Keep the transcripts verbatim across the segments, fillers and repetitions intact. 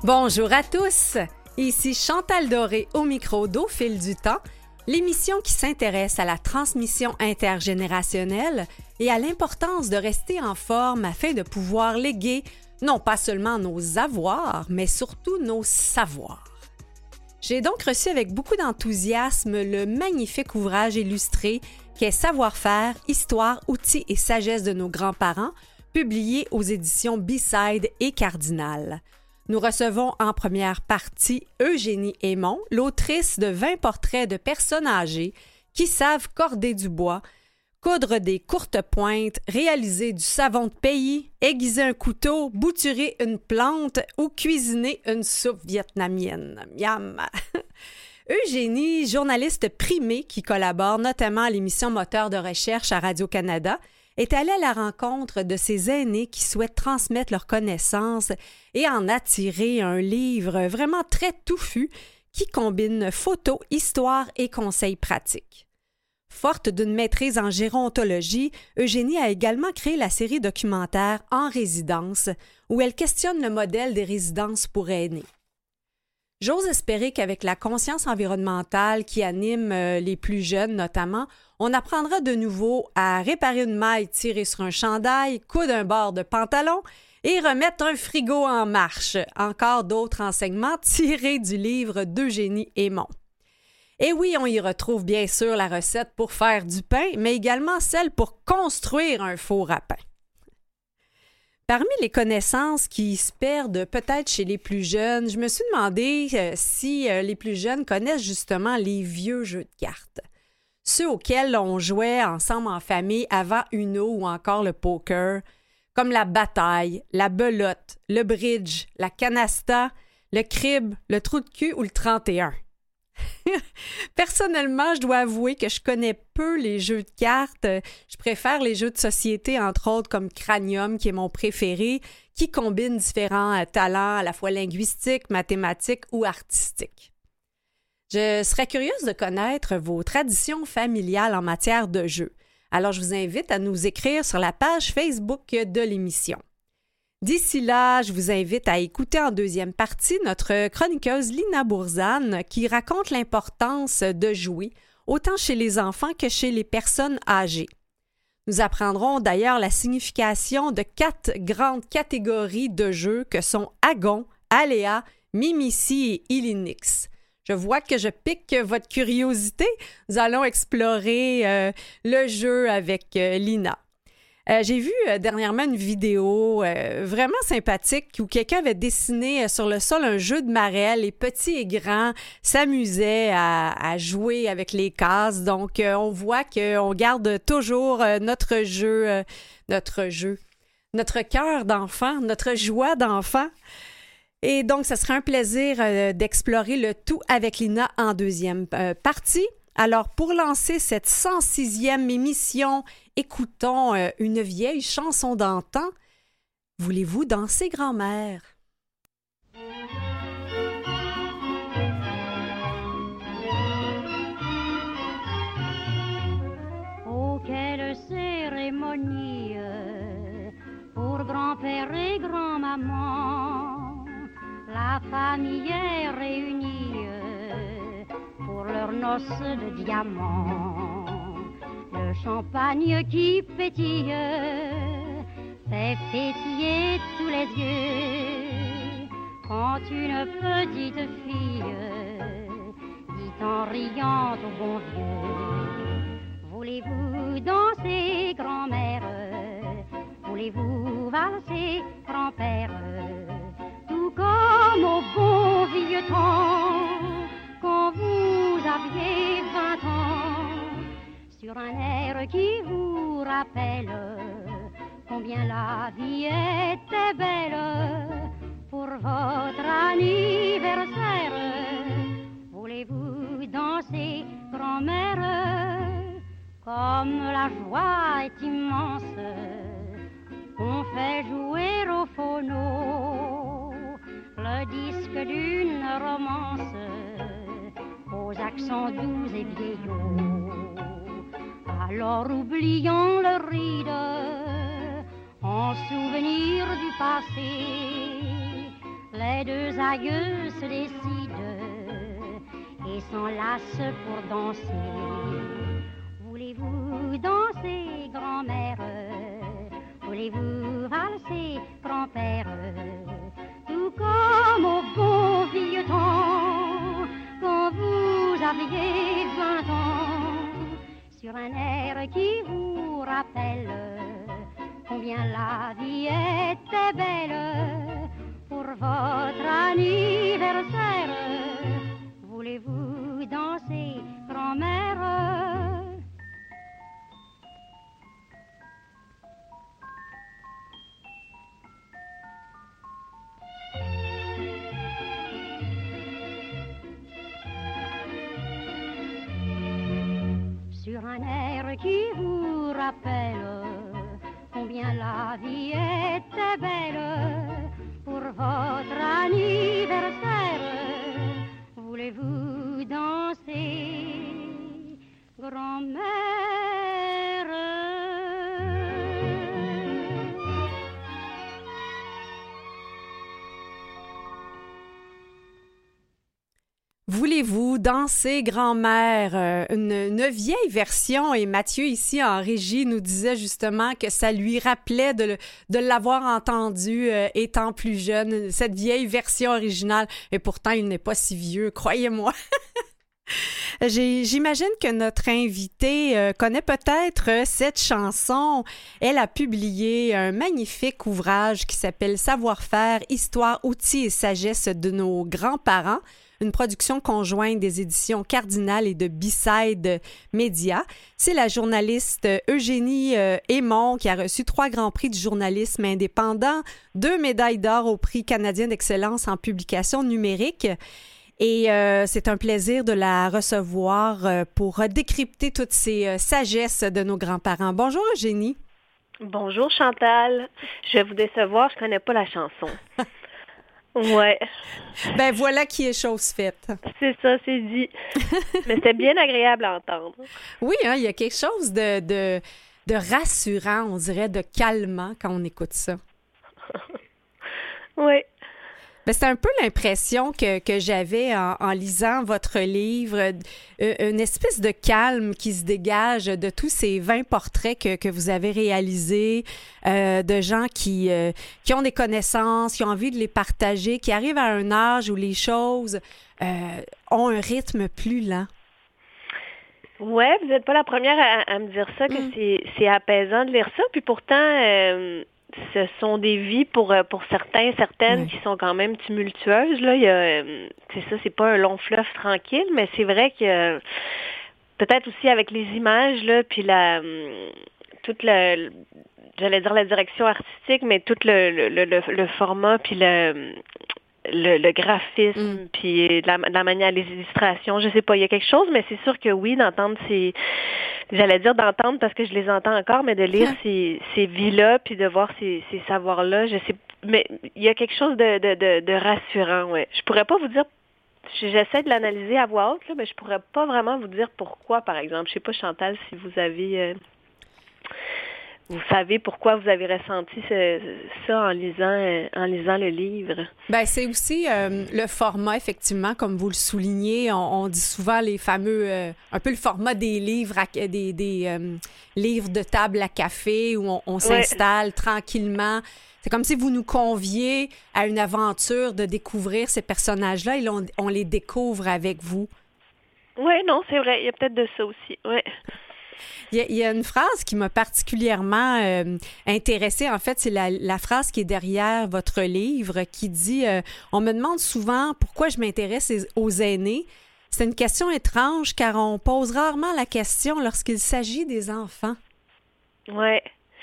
Bonjour à tous, ici Chantal Doré au micro d'Au fil du temps, l'émission qui s'intéresse à la transmission intergénérationnelle et à l'importance de rester en forme afin de pouvoir léguer non pas seulement nos avoirs, mais surtout nos savoirs. J'ai donc reçu avec beaucoup d'enthousiasme le magnifique ouvrage illustré qu'est Savoir-faire, histoire, outils et sagesse de nos grands-parents, publié aux éditions B-Side et Cardinal. Nous recevons en première partie Eugénie Aymon, l'autrice de vingt portraits de personnes âgées qui savent corder du bois, coudre des courtes pointes, réaliser du savon de pays, aiguiser un couteau, bouturer une plante ou cuisiner une soupe vietnamienne. Miam! Eugénie, journaliste primée qui collabore notamment à l'émission Moteur de recherche à Radio-Canada, est allée à la rencontre de ces aînés qui souhaitent transmettre leurs connaissances et en attirer un livre vraiment très touffu qui combine photos, histoire et conseils pratiques. Forte d'une maîtrise en gérontologie, Eugénie a également créé la série documentaire En résidence, où elle questionne le modèle des résidences pour aînés. J'ose espérer qu'avec la conscience environnementale qui anime euh, les plus jeunes notamment, on apprendra de nouveau à réparer une maille tirée sur un chandail, coudre un bord de pantalon et remettre un frigo en marche. Encore d'autres enseignements tirés du livre d'Eugénie Aymon. Et oui, on y retrouve bien sûr la recette pour faire du pain, mais également celle pour construire un four à pain. Parmi les connaissances qui se perdent peut-être chez les plus jeunes, je me suis demandé euh, si euh, les plus jeunes connaissent justement les vieux jeux de cartes. Ceux auxquels on jouait ensemble en famille avant Uno ou encore le poker, comme la bataille, la belote, le bridge, la canasta, le crib, le trou de cul ou le trente et un. Personnellement, je dois avouer que je connais peu les jeux de cartes. Je préfère les jeux de société, entre autres comme Cranium, qui est mon préféré, qui combine différents talents à la fois linguistiques, mathématiques ou artistiques. Je serais curieuse de connaître vos traditions familiales en matière de jeux. Alors, je vous invite à nous écrire sur la page Facebook de l'émission. D'ici là, je vous invite à écouter en deuxième partie notre chroniqueuse Lina Bourzane qui raconte l'importance de jouer, autant chez les enfants que chez les personnes âgées. Nous apprendrons d'ailleurs la signification de quatre grandes catégories de jeux que sont Agon, Aléa, Mimici et Ilinix. Je vois que je pique votre curiosité. Nous allons explorer euh, le jeu avec euh, Lina. Euh, j'ai vu euh, dernièrement une vidéo euh, vraiment sympathique où quelqu'un avait dessiné euh, sur le sol un jeu de marelle. Les petits et grands s'amusaient à, à jouer avec les cases. Donc, euh, on voit qu'on garde toujours euh, notre jeu, euh, notre jeu, notre cœur d'enfant, notre joie d'enfant. Et donc, ce sera un plaisir euh, d'explorer le tout avec Lina en deuxième euh, partie. Alors, pour lancer cette cent sixième émission, écoutons euh, une vieille chanson d'antan. Voulez-vous danser, grand-mère? Oh, quelle cérémonie pour grand-père et grand-maman. La famille est réunie pour leurs noces de diamants. Le champagne qui pétille fait pétiller tous les yeux. Quand une petite fille dit en riant au bon vieux: voulez-vous danser, grand-mère? Voulez-vous valser, grand-père? Tout comme au bon vieux temps, quand vous aviez vingt ans, sur un air qui vous rappelle combien la vie était belle. Pour votre anniversaire, voulez-vous danser, grand-mère? Comme la joie est immense, on fait jouer au phono le disque d'une romance aux accents doux et vieillots. Alors oublions le ride, en souvenir du passé, les deux aïeux se décident et s'enlacent pour danser. Voulez-vous danser, grand-mère? Voulez-vous valser, grand-père? Tout comme au bon vieux temps, quand vous aviez vingt ans, sur un air qui vous rappelle combien la vie était belle. Pour votre anniversaire, voulez-vous danser, grand-mère? Sur un air qui vous rappelle combien la vie était belle. Pour votre anniversaire, voulez-vous danser, grand-mère? Voulez-vous danser, grand-mère? Euh, une, une vieille version, et Mathieu, ici en régie, nous disait justement que ça lui rappelait de, le, de l'avoir entendu euh, étant plus jeune, cette vieille version originale. Et pourtant, il n'est pas si vieux, croyez-moi. J'ai, j'imagine que notre invitée euh, connaît peut-être euh, cette chanson. Elle a publié un magnifique ouvrage qui s'appelle « Savoir-faire, histoire, outils et sagesse de nos grands-parents », une production conjointe des éditions Cardinal et de B-Side Media. C'est la journaliste Eugénie euh, Aymon qui a reçu trois grands prix du journalisme indépendant, deux médailles d'or au prix canadien d'excellence en publication numérique. Et euh, c'est un plaisir de la recevoir euh, pour décrypter toutes ces euh, sagesses de nos grands-parents. Bonjour Eugénie. Bonjour Chantal. Je vais vous décevoir, je connais pas la chanson. Ouais. Ben voilà qui est chose faite. C'est ça, c'est dit. Mais c'était bien agréable à entendre. Oui, hein, il y a quelque chose de, de, de rassurant, on dirait, de calmant quand on écoute ça. Oui. Ben, c'est un peu l'impression que, que j'avais en, en lisant votre livre, euh, une espèce de calme qui se dégage de tous ces vingt portraits que, que vous avez réalisés, euh, de gens qui, euh, qui ont des connaissances, qui ont envie de les partager, qui arrivent à un âge où les choses euh, ont un rythme plus lent. Ouais, vous n'êtes pas la première à, à me dire ça, que mm. c'est, c'est apaisant de lire ça, puis pourtant... Euh, ce sont des vies pour pour certains, certaines oui. qui sont quand même tumultueuses. Là, il y a, c'est ça, c'est pas un long fleuve tranquille, mais c'est vrai que peut-être aussi avec les images là, puis la toute la, j'allais dire la direction artistique, mais tout le le, le, le format puis le Le, le graphisme, mm. puis la, la manière, les illustrations, je sais pas, il y a quelque chose, mais c'est sûr que oui, d'entendre ces, j'allais dire d'entendre parce que je les entends encore, mais de lire mm. ces, ces vies-là, puis de voir ces, ces savoirs-là, je sais, mais il y a quelque chose de, de, de, de rassurant, ouais. Je pourrais pas vous dire, j'essaie de l'analyser à voix haute, là, mais je pourrais pas vraiment vous dire pourquoi, par exemple. Je sais pas, Chantal, si vous avez... Euh, Vous savez pourquoi vous avez ressenti ce, ça en lisant, euh, en lisant le livre? Bien, c'est aussi euh, le format, effectivement, comme vous le soulignez. On, on dit souvent les fameux, euh, un peu le format des livres, à, des, des euh, livres de table à café où on, on s'installe ouais. tranquillement. C'est comme si vous nous conviez à une aventure de découvrir ces personnages-là et là, on, on les découvre avec vous. Oui, non, c'est vrai. Il y a peut-être de ça aussi, oui. Il y, a, il y a une phrase qui m'a particulièrement euh, intéressée. En fait, c'est la, la phrase qui est derrière votre livre qui dit euh, « On me demande souvent pourquoi je m'intéresse aux aînés. C'est une question étrange car on pose rarement la question lorsqu'il s'agit des enfants. » Oui.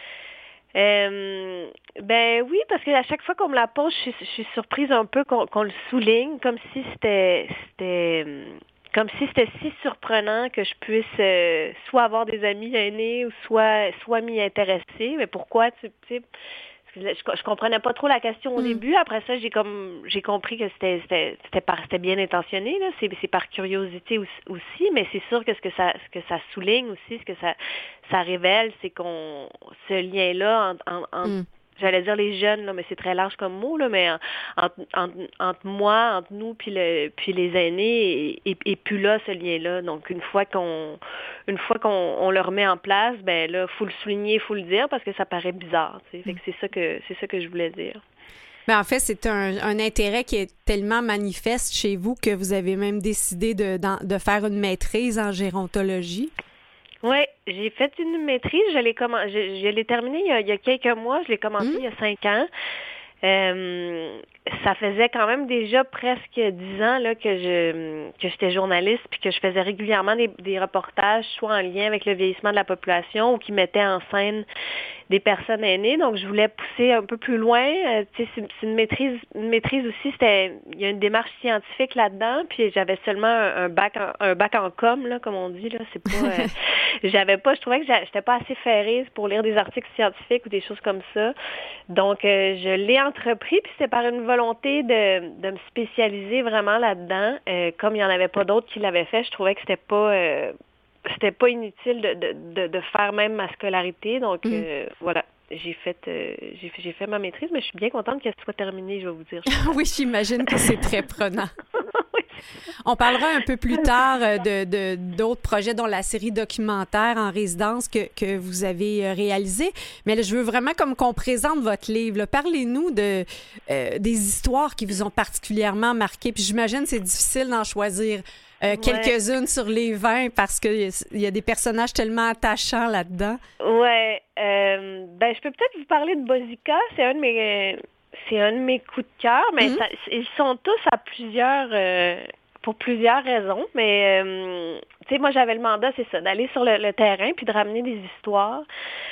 Euh, ben oui, parce qu'à chaque fois qu'on me la pose, je suis, je suis surprise un peu qu'on, qu'on le souligne, comme si c'était... c'était Comme si c'était si surprenant que je puisse euh, soit avoir des amis aînés ou soit soit m'y intéresser. Mais pourquoi, tu sais, je, je comprenais pas trop la question au mm. début. Après ça, j'ai comme j'ai compris que c'était c'était c'était, par, c'était bien intentionné. Là. C'est, c'est par curiosité aussi, mais c'est sûr que ce que ça ce que ça souligne aussi, ce que ça ça révèle, c'est qu'on ce lien-là en, en, en mm. j'allais dire les jeunes, là, mais c'est très large comme mot, là, mais en, entre, entre, entre moi, entre nous, puis le, puis les aînés, et, et, et puis là, ce lien-là. Donc, une fois qu'on, une fois qu'on on le remet en place, ben là, faut le souligner, faut le dire, parce que ça paraît bizarre. Tu sais. Fait que c'est ça que, c'est ça que je voulais dire. Mais en fait, c'est un, un intérêt qui est tellement manifeste chez vous que vous avez même décidé de, de faire une maîtrise en gérontologie. Oui, j'ai fait une maîtrise. Je l'ai comm- je, je l'ai terminée il y, a, il y a quelques mois. Je l'ai commencé mmh. il y a cinq ans. Euh, ça faisait quand même déjà presque dix ans là, que je que j'étais journaliste puis que je faisais régulièrement des, des reportages, soit en lien avec le vieillissement de la population ou qui mettaient en scène des personnes aînées. Donc, je voulais pousser un peu plus loin. Euh, tu sais, c'est, c'est une maîtrise, une maîtrise aussi. C'était, il y a une démarche scientifique là-dedans. Puis j'avais seulement un, un bac, en, un bac en com, là, comme on dit. Là, c'est pas. Euh, j'avais pas. Je trouvais que j'étais pas assez ferrée pour lire des articles scientifiques ou des choses comme ça. Donc, euh, je l'ai entrepris. Puis c'est par une volonté de, de me spécialiser vraiment là-dedans. Euh, comme il y en avait pas d'autres qui l'avaient fait, je trouvais que c'était pas. Euh, C'était pas inutile de, de, de, de faire même ma scolarité. Donc, mmh. euh, voilà, j'ai fait, euh, j'ai, j'ai fait ma maîtrise, mais je suis bien contente qu'elle soit terminée, je vais vous dire. Oui, j'imagine que c'est très prenant. Oui. On parlera un peu plus tard de, de, d'autres projets, dont la série documentaire en résidence que, que vous avez réalisée. Mais là, je veux vraiment comme qu'on présente votre livre. Là. Parlez-nous de, euh, des histoires qui vous ont particulièrement marqué. Puis j'imagine que c'est difficile d'en choisir Euh, quelques-unes ouais. sur les vingt parce qu'il y a des personnages tellement attachants là-dedans. Oui. Euh, ben, je peux peut-être vous parler de Bozika. C'est un de mes, c'est un de mes coups de cœur, mais mm-hmm. ça, ils sont tous à plusieurs... Euh, pour plusieurs raisons. Mais, euh, tu sais, moi, j'avais le mandat, c'est ça, d'aller sur le, le terrain puis de ramener des histoires.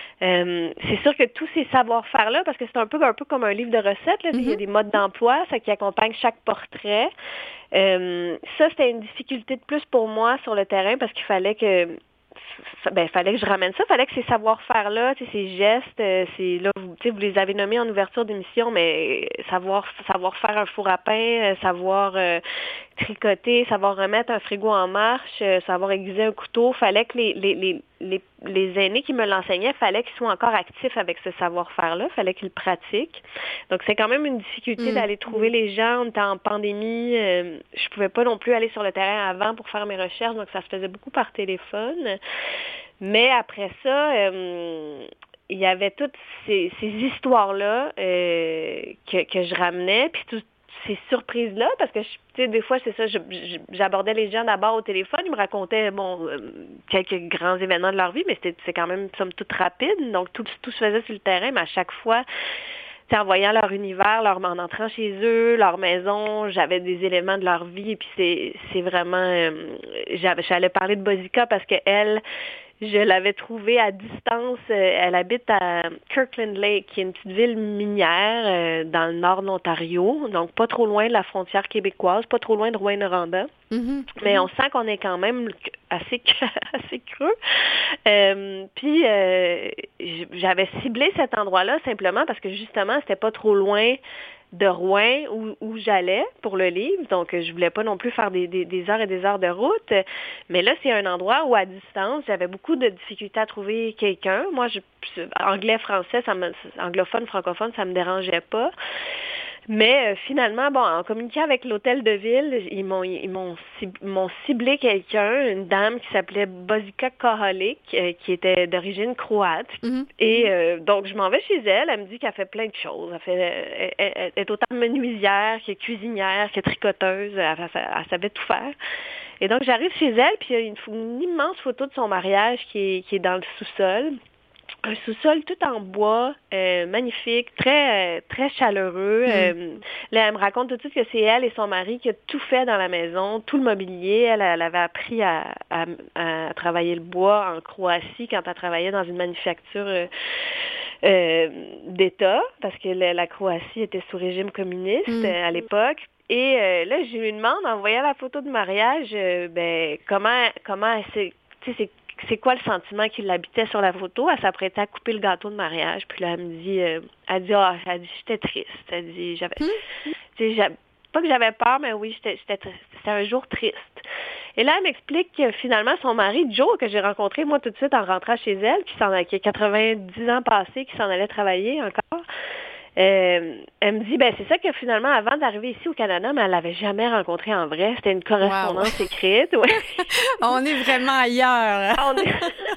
Euh, c'est sûr que tous ces savoir-faire-là, parce que c'est un peu, un peu comme un livre de recettes, là, mm-hmm. il y a des modes d'emploi, ça qui accompagne chaque portrait. Euh, ça, c'était une difficulté de plus pour moi sur le terrain parce qu'il fallait que ben, fallait que je ramène ça, fallait que ces savoir-faire-là, ces gestes, euh, c'est là, vous, vous les avez nommés en ouverture d'émission, mais savoir savoir faire un four à pain, euh, savoir euh, tricoter, savoir remettre un frigo en marche, euh, savoir aiguiser un couteau, fallait que les, les, les, les, les aînés qui me l'enseignaient, fallait qu'ils soient encore actifs avec ce savoir-faire-là, fallait qu'ils le pratiquent. Donc, c'est quand même une difficulté mmh. d'aller trouver les gens. On était en pandémie, euh, je pouvais pas non plus aller sur le terrain avant pour faire mes recherches, donc ça se faisait beaucoup par téléphone. Mais après ça, euh, il y avait toutes ces, ces histoires-là euh, que, que je ramenais, puis toutes ces surprises-là, parce que, tu sais, des fois, c'est ça, je, je, j'abordais les gens d'abord au téléphone, ils me racontaient, bon, euh, quelques grands événements de leur vie, mais c'était, c'est quand même, somme toute, rapide, donc tout, tout se faisait sur le terrain, mais à chaque fois, en voyant leur univers, leur, en entrant chez eux, leur maison, j'avais des éléments de leur vie, et puis c'est, c'est vraiment, euh, j'avais, j'allais parler de Bozika parce qu'elle, je l'avais trouvée à distance. Elle habite à Kirkland Lake, qui est une petite ville minière euh, dans le nord de l'Ontario, donc pas trop loin de la frontière québécoise, pas trop loin de Rouyn-Noranda. Mm-hmm. Mais on sent qu'on est quand même assez, assez creux. Euh, puis euh, j'avais ciblé cet endroit-là simplement parce que justement, c'était pas trop loin de Rouen où, où j'allais pour le livre, donc je voulais pas non plus faire des, des, des heures et des heures de route, mais là c'est un endroit où à distance j'avais beaucoup de difficultés à trouver quelqu'un. Moi, je, anglais, français, ça me, anglophone, francophone, ça me dérangeait pas. Mais euh, finalement, bon, en communiquant avec l'hôtel de ville, ils m'ont ils m'ont, ils m'ont ciblé quelqu'un, une dame qui s'appelait Bozika Kohalik, euh, qui était d'origine croate. Mm-hmm. Et euh, donc, je m'en vais chez elle. Elle me dit qu'elle fait plein de choses. Elle, fait, elle, elle est autant menuisière que cuisinière, que tricoteuse. Elle, elle, elle savait tout faire. Et donc, j'arrive chez elle, puis il y a une, une immense photo de son mariage qui est, qui est dans le sous-sol. Un sous-sol tout en bois, euh, magnifique, très euh, très chaleureux. Mm. Euh, là, elle me raconte tout de suite que c'est elle et son mari qui a tout fait dans la maison, tout le mobilier. Elle, elle avait appris à, à, à travailler le bois en Croatie quand elle travaillait dans une manufacture euh, euh, d'État, parce que la, la Croatie était sous régime communiste mm. euh, à l'époque. Et euh, là, je lui demande, en voyant la photo de mariage, euh, ben comment comment elle s'est, tu sais, c'est c'est quoi le sentiment qui l'habitait sur la photo. Elle s'apprêtait à couper le gâteau de mariage. Puis là, elle me dit, euh, elle dit, ah, elle dit, j'étais triste. Elle dit, j'avais, mmh. tu sais, pas que j'avais peur, mais oui, j'étais, j'étais, c'était un jour triste. Et là, elle m'explique que finalement, son mari, Joe, que j'ai rencontré moi tout de suite en rentrant chez elle, qui, s'en a, qui a quatre-vingt-dix ans passés, qui s'en allait travailler encore, euh, elle me dit, ben c'est ça que finalement, avant d'arriver ici au Canada, mais elle l'avait jamais rencontré en vrai. C'était une correspondance wow. écrite. Ouais. On est vraiment ailleurs. On est...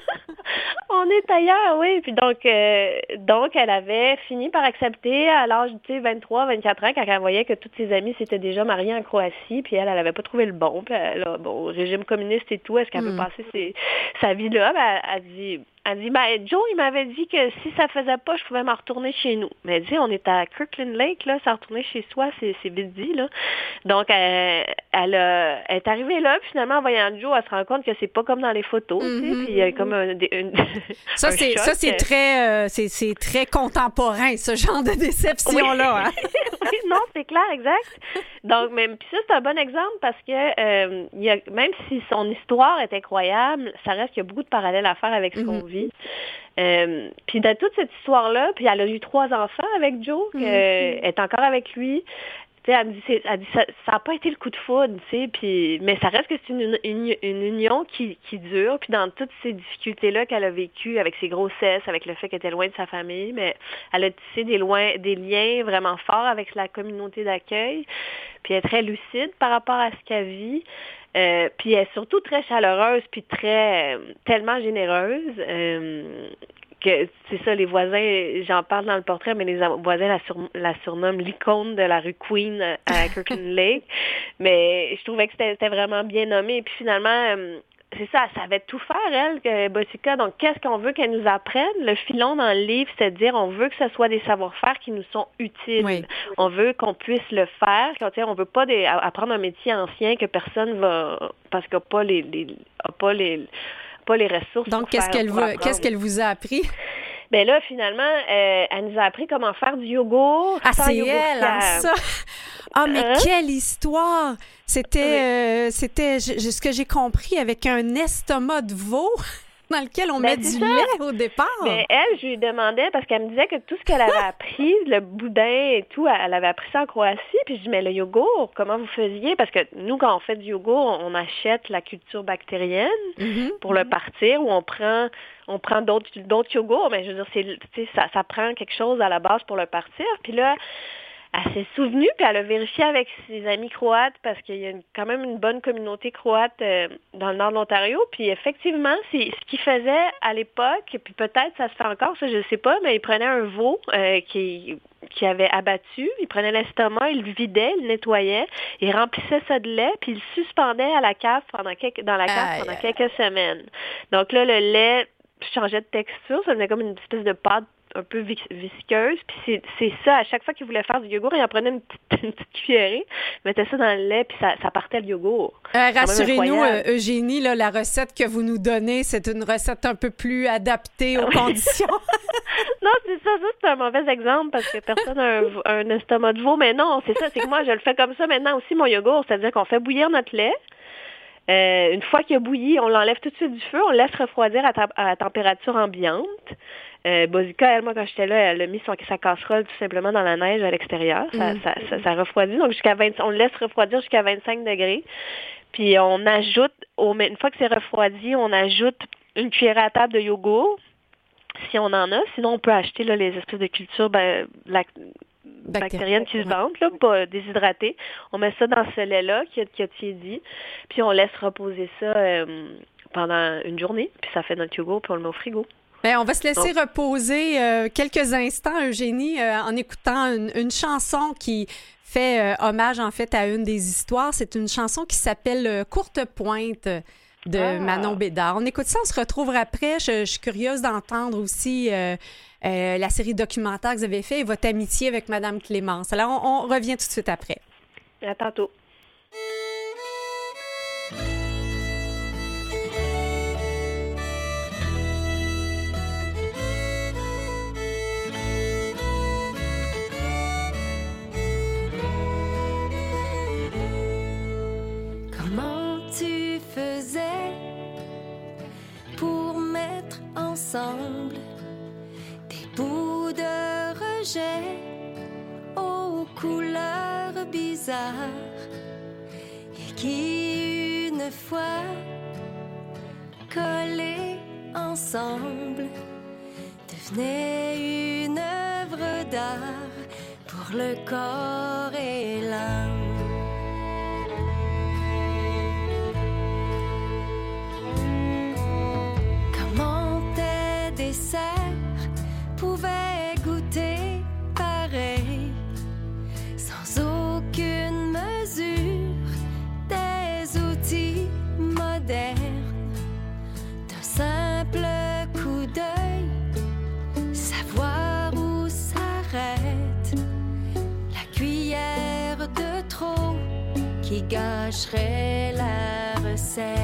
On est ailleurs, oui. Puis donc, euh, donc, elle avait fini par accepter à l'âge de vingt-trois, vingt-quatre ans, quand elle voyait que tous ses amis s'étaient déjà mariés en Croatie, puis elle, elle n'avait pas trouvé le bon. Puis elle, là, bon, régime communiste et tout, est-ce qu'elle mm. veut passer ses, sa vie là? Ben, elle, elle dit... Elle dit, ben, Joe, il m'avait dit que si ça faisait pas, je pouvais m'en retourner chez nous. Mais elle dit, on est à Kirkland Lake, là, s'en retourner chez soi, c'est, c'est vite dit, là. Donc, elle, elle, a, elle est arrivée là, puis finalement, en voyant Joe, elle se rend compte que c'est pas comme dans les photos, mm-hmm. tu sais, puis il y a comme un, une, ça, un c'est, choc. Ça, c'est très, euh, c'est, c'est très contemporain, ce genre de déception-là. Oui. Hein? Oui, non, c'est clair, exact. Donc, même, puis ça, c'est un bon exemple parce que euh, il y a, même si son histoire est incroyable, ça reste qu'il y a beaucoup de parallèles à faire avec ce mm-hmm. qu'on vit. Euh, puis dans toute cette histoire-là, puis elle a eu trois enfants avec Joe, qui mm-hmm. est encore avec lui. Tu sais, elle me dit, c'est, elle dit ça n'a pas été le coup de foudre, tu sais, puis mais ça reste que c'est une, une, une union qui, qui dure. Puis dans toutes ces difficultés-là qu'elle a vécues, avec ses grossesses, avec le fait qu'elle était loin de sa famille, mais elle a tissé des, loin, des liens vraiment forts avec la communauté d'accueil. Puis elle est très lucide par rapport à ce qu'elle vit. Euh, puis elle est surtout très chaleureuse, puis très, euh, tellement généreuse. Euh, que c'est ça, les voisins, j'en parle dans le portrait, mais les voisins la, sur, la surnomment l'icône de la rue Queen à Kirkland Lake. Mais je trouvais que c'était, c'était vraiment bien nommé. Et puis finalement, euh, c'est ça, elle savait tout faire, elle, que Botica. Donc, qu'est-ce qu'on veut qu'elle nous apprenne? Le filon dans le livre, c'est de dire, on veut que ce soit des savoir-faire qui nous sont utiles. Oui. On veut qu'on puisse le faire. On ne veut pas des, apprendre un métier ancien que personne va, parce qu'il n'y a pas les, les, a pas les pas les ressources. Donc, qu'est-ce qu'elle, vous, qu'est-ce qu'elle vous a appris? Bien là, finalement, euh, elle nous a appris comment faire du yogourt. Ah, c'est elle, hein, ça! Ah, mais hein? Quelle histoire! C'était, oui. euh, c'était je, ce que j'ai compris, avec un estomac de veau dans lequel on ben, met du ça. lait au départ. Mais elle, je lui demandais, parce qu'elle me disait que tout ce qu'elle avait appris, le boudin et tout, elle avait appris ça en Croatie. Puis je dis, mais le yogourt, comment vous faisiez? Parce que nous, quand on fait du yogourt, on achète la culture bactérienne mm-hmm. pour le partir, ou on prend... On prend d'autres, d'autres yogourts, mais je veux dire, c'est, ça, ça prend quelque chose à la base pour le partir. Puis là, elle s'est souvenue, puis elle a vérifié avec ses amis croates, parce qu'il y a une, quand même une bonne communauté croate euh, dans le nord de l'Ontario. Puis effectivement, c'est ce qu'ils faisaient à l'époque, puis peut-être ça se fait encore, ça je ne sais pas, mais ils prenaient un veau euh, qui... qui avait abattu, il prenait l'estomac, il le vidait, il le nettoyait, il remplissait ça de lait, puis il le suspendait à la cave pendant quelques, dans la cave aïe, pendant quelques aïe. semaines. Donc là, le lait changeait de texture, ça devenait comme une espèce de pâte un peu visqueuse, puis c'est, c'est ça, à chaque fois qu'il voulait faire du yogourt, il en prenait une petite, une petite cuillerée, mettait ça dans le lait, puis ça, ça partait le yogourt. Euh, rassurez-nous, euh, Eugénie, là, la recette que vous nous donnez, c'est une recette un peu plus adaptée aux conditions. Non, c'est ça, ça, c'est un mauvais exemple, parce que personne n'a un, un estomac de veau, mais non, c'est ça, c'est que moi, je le fais comme ça maintenant aussi, mon yogourt, c'est-à-dire qu'on fait bouillir notre lait. Euh, une fois qu'il a bouilli, on l'enlève tout de suite du feu, on le laisse refroidir à, ta- à température ambiante. Euh, Bozica, elle, moi, quand j'étais là, elle a mis son, sa casserole tout simplement dans la neige à l'extérieur. Ça, mmh. ça, ça, ça refroidit. Donc, jusqu'à vingt, on le laisse refroidir jusqu'à vingt-cinq degrés. Puis, on ajoute, au, une fois que c'est refroidi, on ajoute une cuillère à table de yogourt, si on en a. Sinon, on peut acheter là, les espèces de cultures ben, la, bactériennes qui se vendent, là, pas déshydratées. On met ça dans ce lait-là qui a, qui a tiédi. Puis, on laisse reposer ça euh, pendant une journée. Puis, ça fait notre yogourt, puis on le met au frigo. Bien, on va se laisser Donc. reposer euh, quelques instants, Eugénie, euh, en écoutant une, une chanson qui fait euh, hommage, en fait, à une des histoires. C'est une chanson qui s'appelle euh, « Courte pointe » de ah. Manon Bédard. On écoute ça, on se retrouve après. Je, je suis curieuse d'entendre aussi euh, euh, la série documentaire que vous avez fait et votre amitié avec Madame Clémence. Alors, on, on revient tout de suite après. À tantôt. Ensemble, des bouts de rejet aux couleurs bizarres et qui une fois collés ensemble devenaient une œuvre d'art pour le corps et l'âme. Desserts pouvaient goûter pareil, sans aucune mesure, des outils modernes, d'un simple coup d'œil, savoir où s'arrête la cuillère de trop qui gâcherait la recette.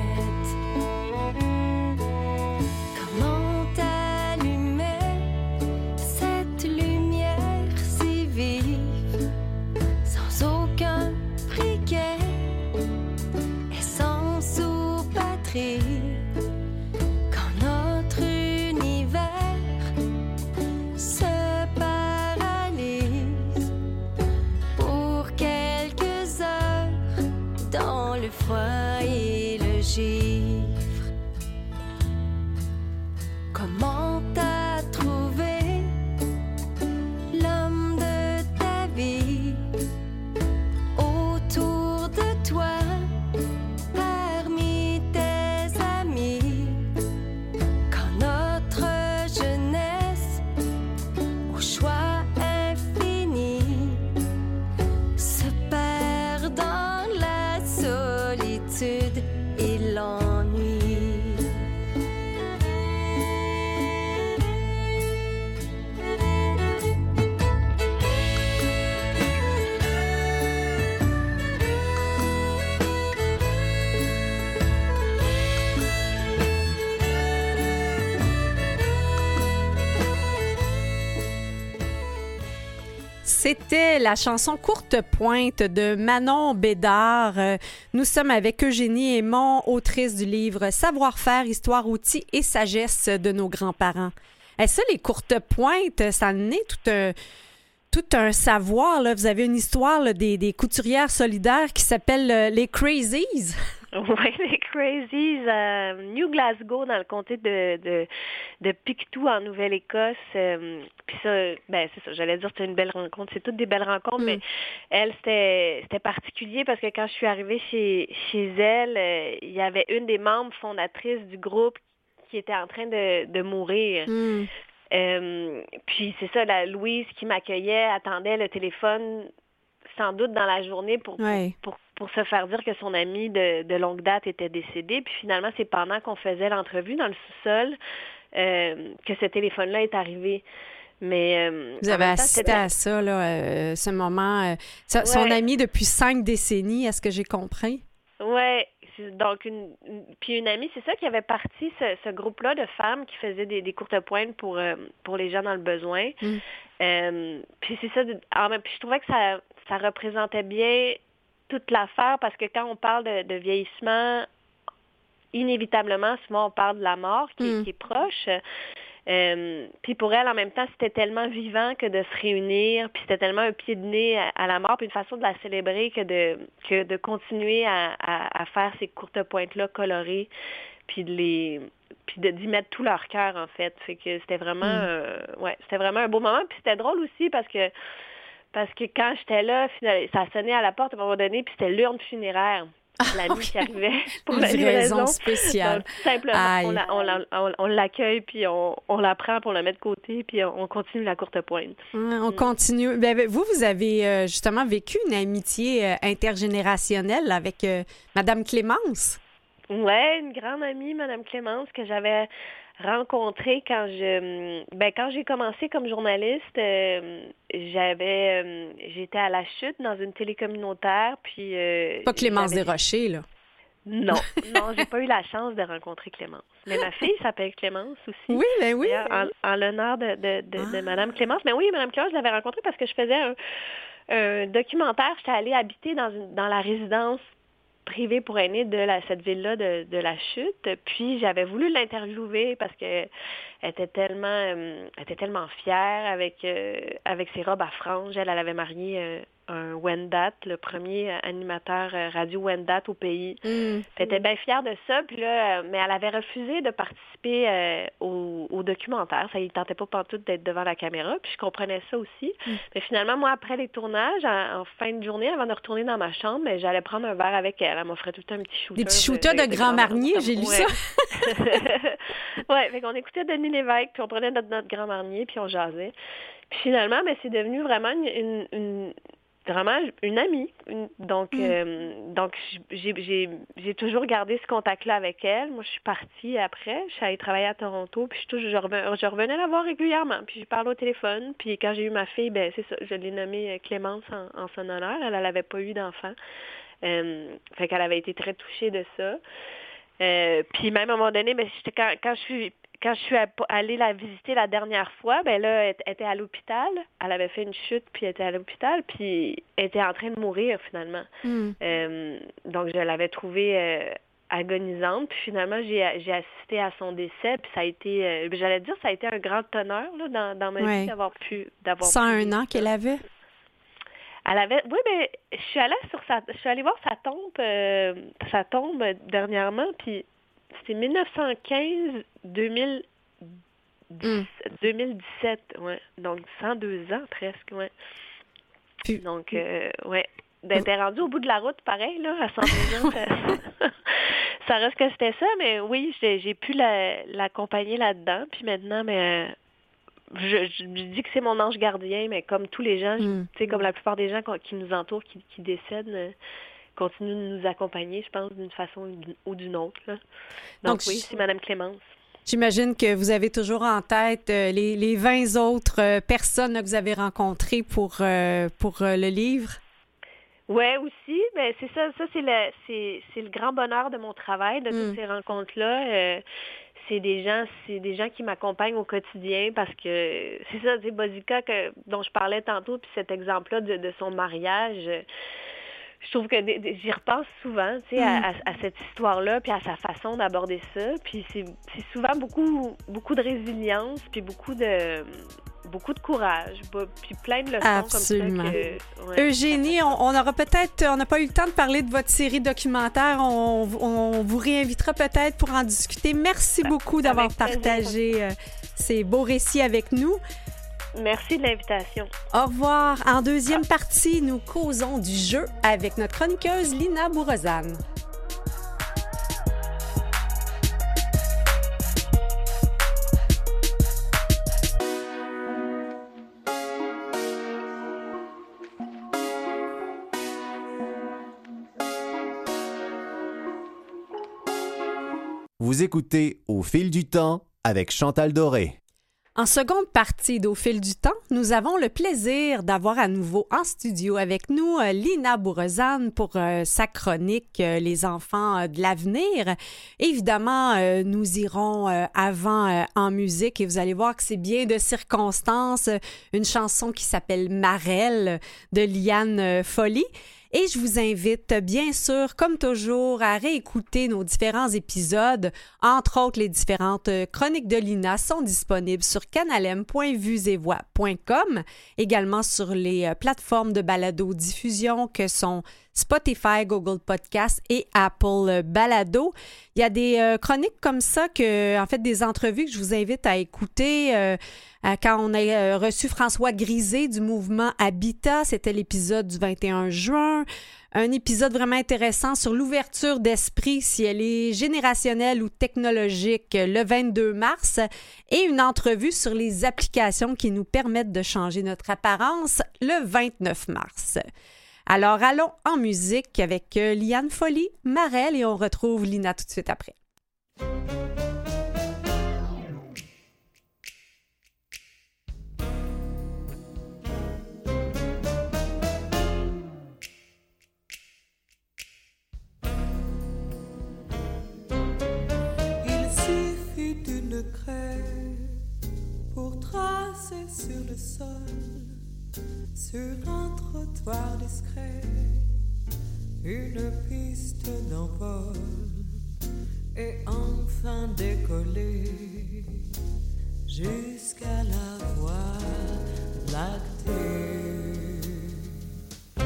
Quand notre univers se paralyse pour quelques heures dans le froid et le givre. Comment t'as trouvé l'homme de ta vie autour de toi? Et l'ennui. C'était la chanson Courte Pointe de Manon Bédard. Euh, Nous sommes avec Eugénie Aymon, autrice du livre Savoir-faire, histoire, outils et sagesse de nos grands-parents. Et ça, les courtes pointes, ça en est tout un, tout un savoir. Là. Vous avez une histoire là, des, des couturières solidaires qui s'appellent euh, les Crazies. Oui, les Crazies à New Glasgow, dans le comté de, de, de Pictou, en Nouvelle-Écosse. Euh, puis ça, ben c'est ça, j'allais dire que c'était une belle rencontre. C'est toutes des belles rencontres, mm. mais elle, c'était, c'était particulier parce que quand je suis arrivée chez, chez elle, euh, il y avait une des membres fondatrices du groupe qui était en train de, de mourir. Mm. Euh, puis c'est ça, la Louise qui m'accueillait attendait le téléphone sans doute dans la journée pour, ouais. pour, pour, pour se faire dire que son ami de, de longue date était décédé. Puis finalement, c'est pendant qu'on faisait l'entrevue dans le sous-sol euh, que ce téléphone-là est arrivé. Mais, euh, vous avez assisté temps, à ça, là, euh, ce moment. Euh, ça, ouais. Son ami depuis cinq décennies, est-ce que j'ai compris? Oui. Donc, une, une, puis une amie, c'est ça qui avait parti ce, ce groupe-là de femmes qui faisaient des, des courtes pointes pour, euh, pour les gens dans le besoin. Mm. Euh, puis c'est ça, de, en même, puis je trouvais que ça, ça représentait bien toute l'affaire parce que quand on parle de, de vieillissement, inévitablement, souvent on parle de la mort qui, mm. qui est proche. Euh, puis pour elle, en même temps, c'était tellement vivant que de se réunir, puis c'était tellement un pied de nez à, à la mort, puis une façon de la célébrer que de que de continuer à, à, à faire ces courtes pointes-là colorées, puis de les puis de d'y mettre tout leur cœur, en fait. Fait que c'était vraiment mm. euh, ouais, c'était vraiment un beau moment, puis c'était drôle aussi parce que parce que quand j'étais là, ça sonnait à la porte à un moment donné, puis c'était l'urne funéraire. La nuit okay. qui arrivait pour la livraison spéciale. Donc, simplement, on, la, on, la, on, on l'accueille, puis on, on la prend pour la mettre de côté, puis on, on continue la courte pointe. Mmh, on mmh. continue. Ben, vous, vous avez euh, justement vécu une amitié euh, intergénérationnelle avec euh, Madame Clémence. Oui, une grande amie, Madame Clémence, que j'avais rencontrée quand je ben quand j'ai commencé comme journaliste. Euh, j'avais euh, j'étais à La Chute dans une télé communautaire, puis euh, pas Clémence Desrochers, là. Non, non, j'ai pas eu la chance de rencontrer Clémence. Mais ma fille s'appelle Clémence aussi. Oui, ben oui. En, en l'honneur de, de, de, ah. de Madame Clémence. Mais oui, Madame Clémence, je l'avais rencontrée parce que je faisais un, un documentaire. J'étais allée habiter dans une, dans la résidence privée pour aînés de la, cette ville-là de, de La Chute. Puis j'avais voulu l'interviewer parce que elle était tellement, euh, elle était tellement fière avec, euh, avec ses robes à franges. Elle, elle avait marié euh, un Wendat, le premier animateur radio Wendat au pays. Mm. Elle était bien fière de ça, puis là, mais elle avait refusé de participer euh, au, au documentaire. Ça ne tentait pas pantoute d'être devant la caméra, puis je comprenais ça aussi. Mm. Mais finalement, moi, après les tournages, en, en fin de journée, avant de retourner dans ma chambre, ben, j'allais prendre un verre avec elle. Elle m'offrait tout le temps un petit shooter. Des petits shooters de, de, de, de Grand Marnier, j'ai lu ouais. ça. Oui, fait qu'on écoutait Denis Lévesque, puis on prenait notre, notre Grand Marnier, puis on jasait. Puis finalement, ben, c'est devenu vraiment une... une, une vraiment une amie. Une, donc, mm. euh, donc j'ai, j'ai, j'ai toujours gardé ce contact-là avec elle. Moi, je suis partie après. Je suis allée travailler à Toronto, puis je, toujours, je, revenais, je revenais la voir régulièrement. Puis je parlais au téléphone. Puis quand j'ai eu ma fille, ben c'est ça, je l'ai nommée Clémence en, en son honneur. Elle n'avait pas eu d'enfant. Euh, fait qu'elle avait été très touchée de ça. Euh, puis même à un moment donné, ben, j'étais, quand, quand je suis... Quand je suis allée la visiter la dernière fois, ben là, elle était à l'hôpital. Elle avait fait une chute, puis elle était à l'hôpital, puis elle était en train de mourir, finalement. Mm. Euh, donc, je l'avais trouvée euh, agonisante. Puis finalement, j'ai, j'ai assisté à son décès, puis ça a été, euh, j'allais dire, ça a été un grand honneur là, dans, dans ma ouais. vie d'avoir pu... d'avoir cent un ans qu'elle avait? Elle avait, oui, mais je suis allée sur sa, je suis allée voir sa tombe, euh, sa tombe dernièrement, puis c'était dix-neuf cent quinze à deux mille dix-sept, ouais. Donc cent deux ans presque, ouais. Puis, donc, euh, ouais. D'être rendu au bout de la route, pareil, là, à cent deux ans, ça, ça reste que c'était ça, mais oui, j'ai, j'ai pu la, l'accompagner là-dedans, puis maintenant, mais... Je, je dis que c'est mon ange gardien, mais comme tous les gens, mm. tu sais, comme la plupart des gens qui nous entourent, qui, qui décèdent, euh, continuent de nous accompagner, je pense, d'une façon ou d'une autre. Là. Donc, Donc oui, c'est Mme Clémence. J'imagine que vous avez toujours en tête euh, les, les vingt autres euh, personnes là, que vous avez rencontrées pour, euh, pour euh, le livre. Oui, aussi. Ben, c'est ça, ça c'est le c'est, c'est le grand bonheur de mon travail, de toutes mm. ces rencontres-là. Euh, c'est des gens, c'est des gens qui m'accompagnent au quotidien parce que c'est ça, c'est Bozika que dont je parlais tantôt, puis cet exemple-là de, de son mariage. Je trouve que j'y repense souvent, tu sais, mm. à, à cette histoire-là, puis à sa façon d'aborder ça. Puis c'est, c'est souvent beaucoup, beaucoup de résilience, puis beaucoup de, beaucoup de courage, puis plein de leçons. Absolument. Comme ça. Que, ouais, Eugénie, on, on aura peut-être, on n'a pas eu le temps de parler de votre série documentaire. On, on vous réinvitera peut-être pour en discuter. Merci beaucoup d'avoir avec partagé euh, ces beaux récits avec nous. Merci de l'invitation. Au revoir. En deuxième partie, nous causons du jeu avec notre chroniqueuse Lina Bourozane. Vous écoutez Au fil du temps avec Chantal Doré. En seconde partie d'Au fil du temps, nous avons le plaisir d'avoir à nouveau en studio avec nous euh, Lina Bourozane pour euh, sa chronique euh, « Les enfants euh, de l'avenir ». Évidemment, euh, nous irons euh, avant euh, en musique et vous allez voir que c'est bien de circonstances, euh, une chanson qui s'appelle « Marelle » de Liane euh, Folly. Et je vous invite, bien sûr, comme toujours, à réécouter nos différents épisodes. Entre autres, les différentes chroniques de Lina sont disponibles sur canalem point vues et voix point com, également sur les plateformes de balado-diffusion que sont Spotify, Google Podcasts et Apple Balado. Il y a des euh, chroniques comme ça, que, en fait, des entrevues que je vous invite à écouter. Euh, quand on a euh, reçu François Grisé du mouvement Habitat, c'était l'épisode du vingt et un juin. Un épisode vraiment intéressant sur l'ouverture d'esprit, si elle est générationnelle ou technologique, le vingt-deux mars. Et une entrevue sur les applications qui nous permettent de changer notre apparence, le vingt-neuf mars. Alors, allons en musique avec euh, Liane Folly, Marelle, et on retrouve Lina tout de suite après. Il suffit d'une craie pour tracer sur le sol, sur un trottoir discret, une piste d'envol, et enfin décoller jusqu'à la voie lactée.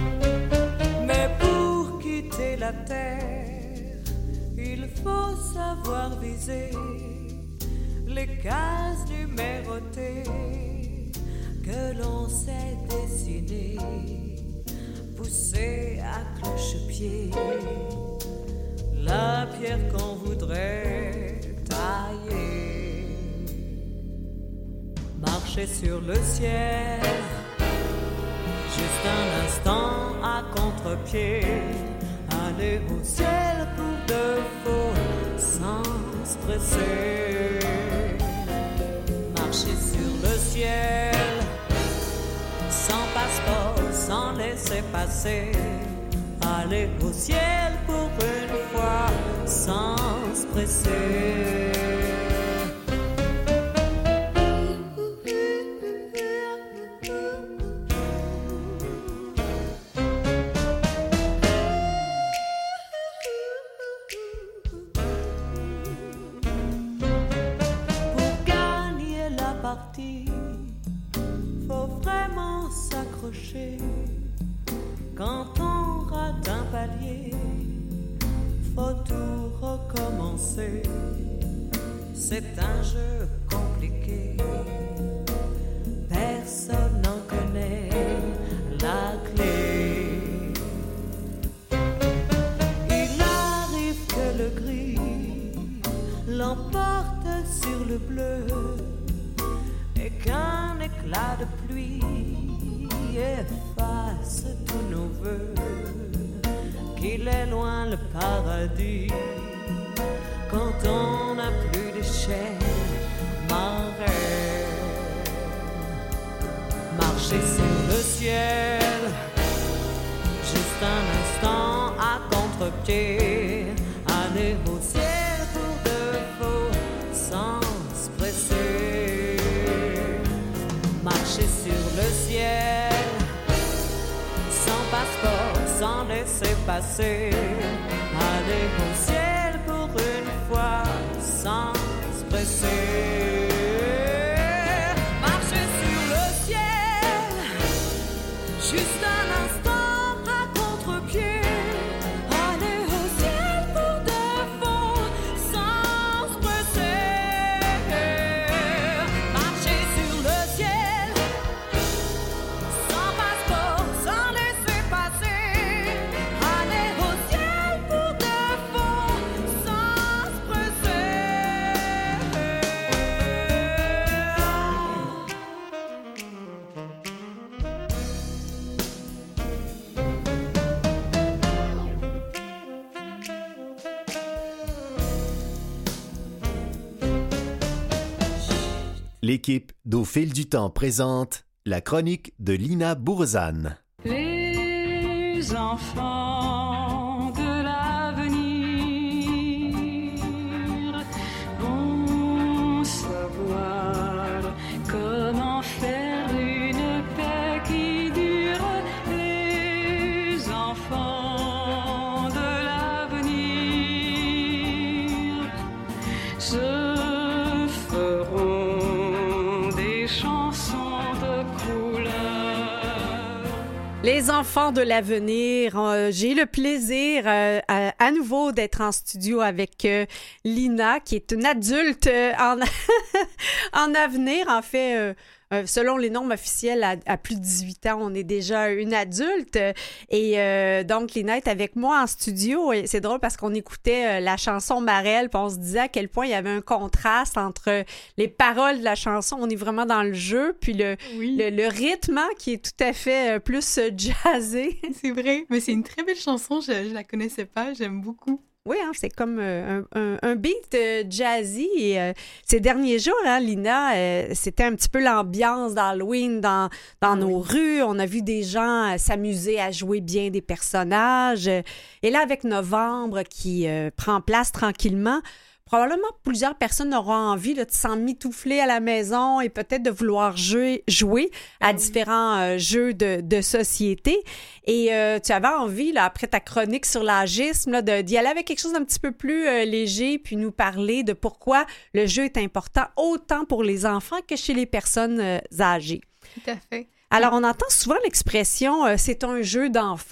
la terre, il faut savoir viser les cases numérotées que l'on sait dessiner, pousser à cloche-pied la pierre qu'on voudrait tailler. Marcher sur le ciel, juste un instant à contre-pied, aller au ciel pour de faux sans se presser. Marcher sur le ciel, sans passeport, sans laisser passer, aller au ciel pour une fois sans se presser. Faut vraiment s'accrocher. Quand on rate un palier, faut tout recommencer. C'est un jeu compliqué, personne n'en connaît la clé. Il arrive que le gris l'emporte sur le bleu, et qu'un éclat de pluie efface tous nos vœux, qu'il est loin le paradis quand on n'a plus d'échelle marraine. Marcher sur le ciel, juste un instant à contre-pied, aller au ciel pour de faux sans se presser. Marcher sur le ciel, sans passeport, sans laisser passer, aller au ciel pour une fois sans se presser. Marcher sur le ciel, juste un instant à contre-pied, aller au ciel pour de faux sans se presser. Marcher sur le ciel, sans passeport, sans laisser passer, aller au ciel pour de faux sans se presser. L'équipe d'Au fil du temps présente la chronique de Lina Bourzane. Les enfants de l'avenir vont savoir comment faire une paix qui dure. Les enfants de l'avenir se feront des chansons de couleur. Les enfants de l'avenir, euh, j'ai le plaisir euh, à, à nouveau d'être en studio avec euh, Lina, qui est une adulte euh, en, en avenir. En fait, euh, euh, selon les normes officielles, à, à plus de dix-huit ans, on est déjà une adulte. Et euh, donc, Lina est avec moi en studio. Et c'est drôle parce qu'on écoutait euh, la chanson Marelle, puis on se disait à quel point il y avait un contraste entre les paroles de la chanson. On est vraiment dans le jeu, puis le, Oui. le, le rythme hein, qui est tout à fait euh, plus euh, jazzé. C'est vrai, mais c'est une très belle chanson, je, je la connaissais pas, j'aime beaucoup. Oui, hein, c'est comme euh, un, un, un beat euh, jazzy. Et, euh, ces derniers jours, hein, Lina, euh, c'était un petit peu l'ambiance d'Halloween dans, dans nos rues. On a vu des gens euh, s'amuser à jouer bien des personnages. Et là, avec Novembre qui euh, prend place tranquillement, probablement plusieurs personnes auront envie là, de s'en mitoufler à la maison et peut-être de vouloir jouer, jouer à différents euh, jeux de, de société. Et euh, tu avais envie, là, après ta chronique sur l'âgisme, là, de, d'y aller avec quelque chose d'un petit peu plus euh, léger, puis nous parler de pourquoi le jeu est important autant pour les enfants que chez les personnes euh, âgées. Tout à fait. Alors, on entend souvent l'expression euh, « c'est un jeu d'enfant ».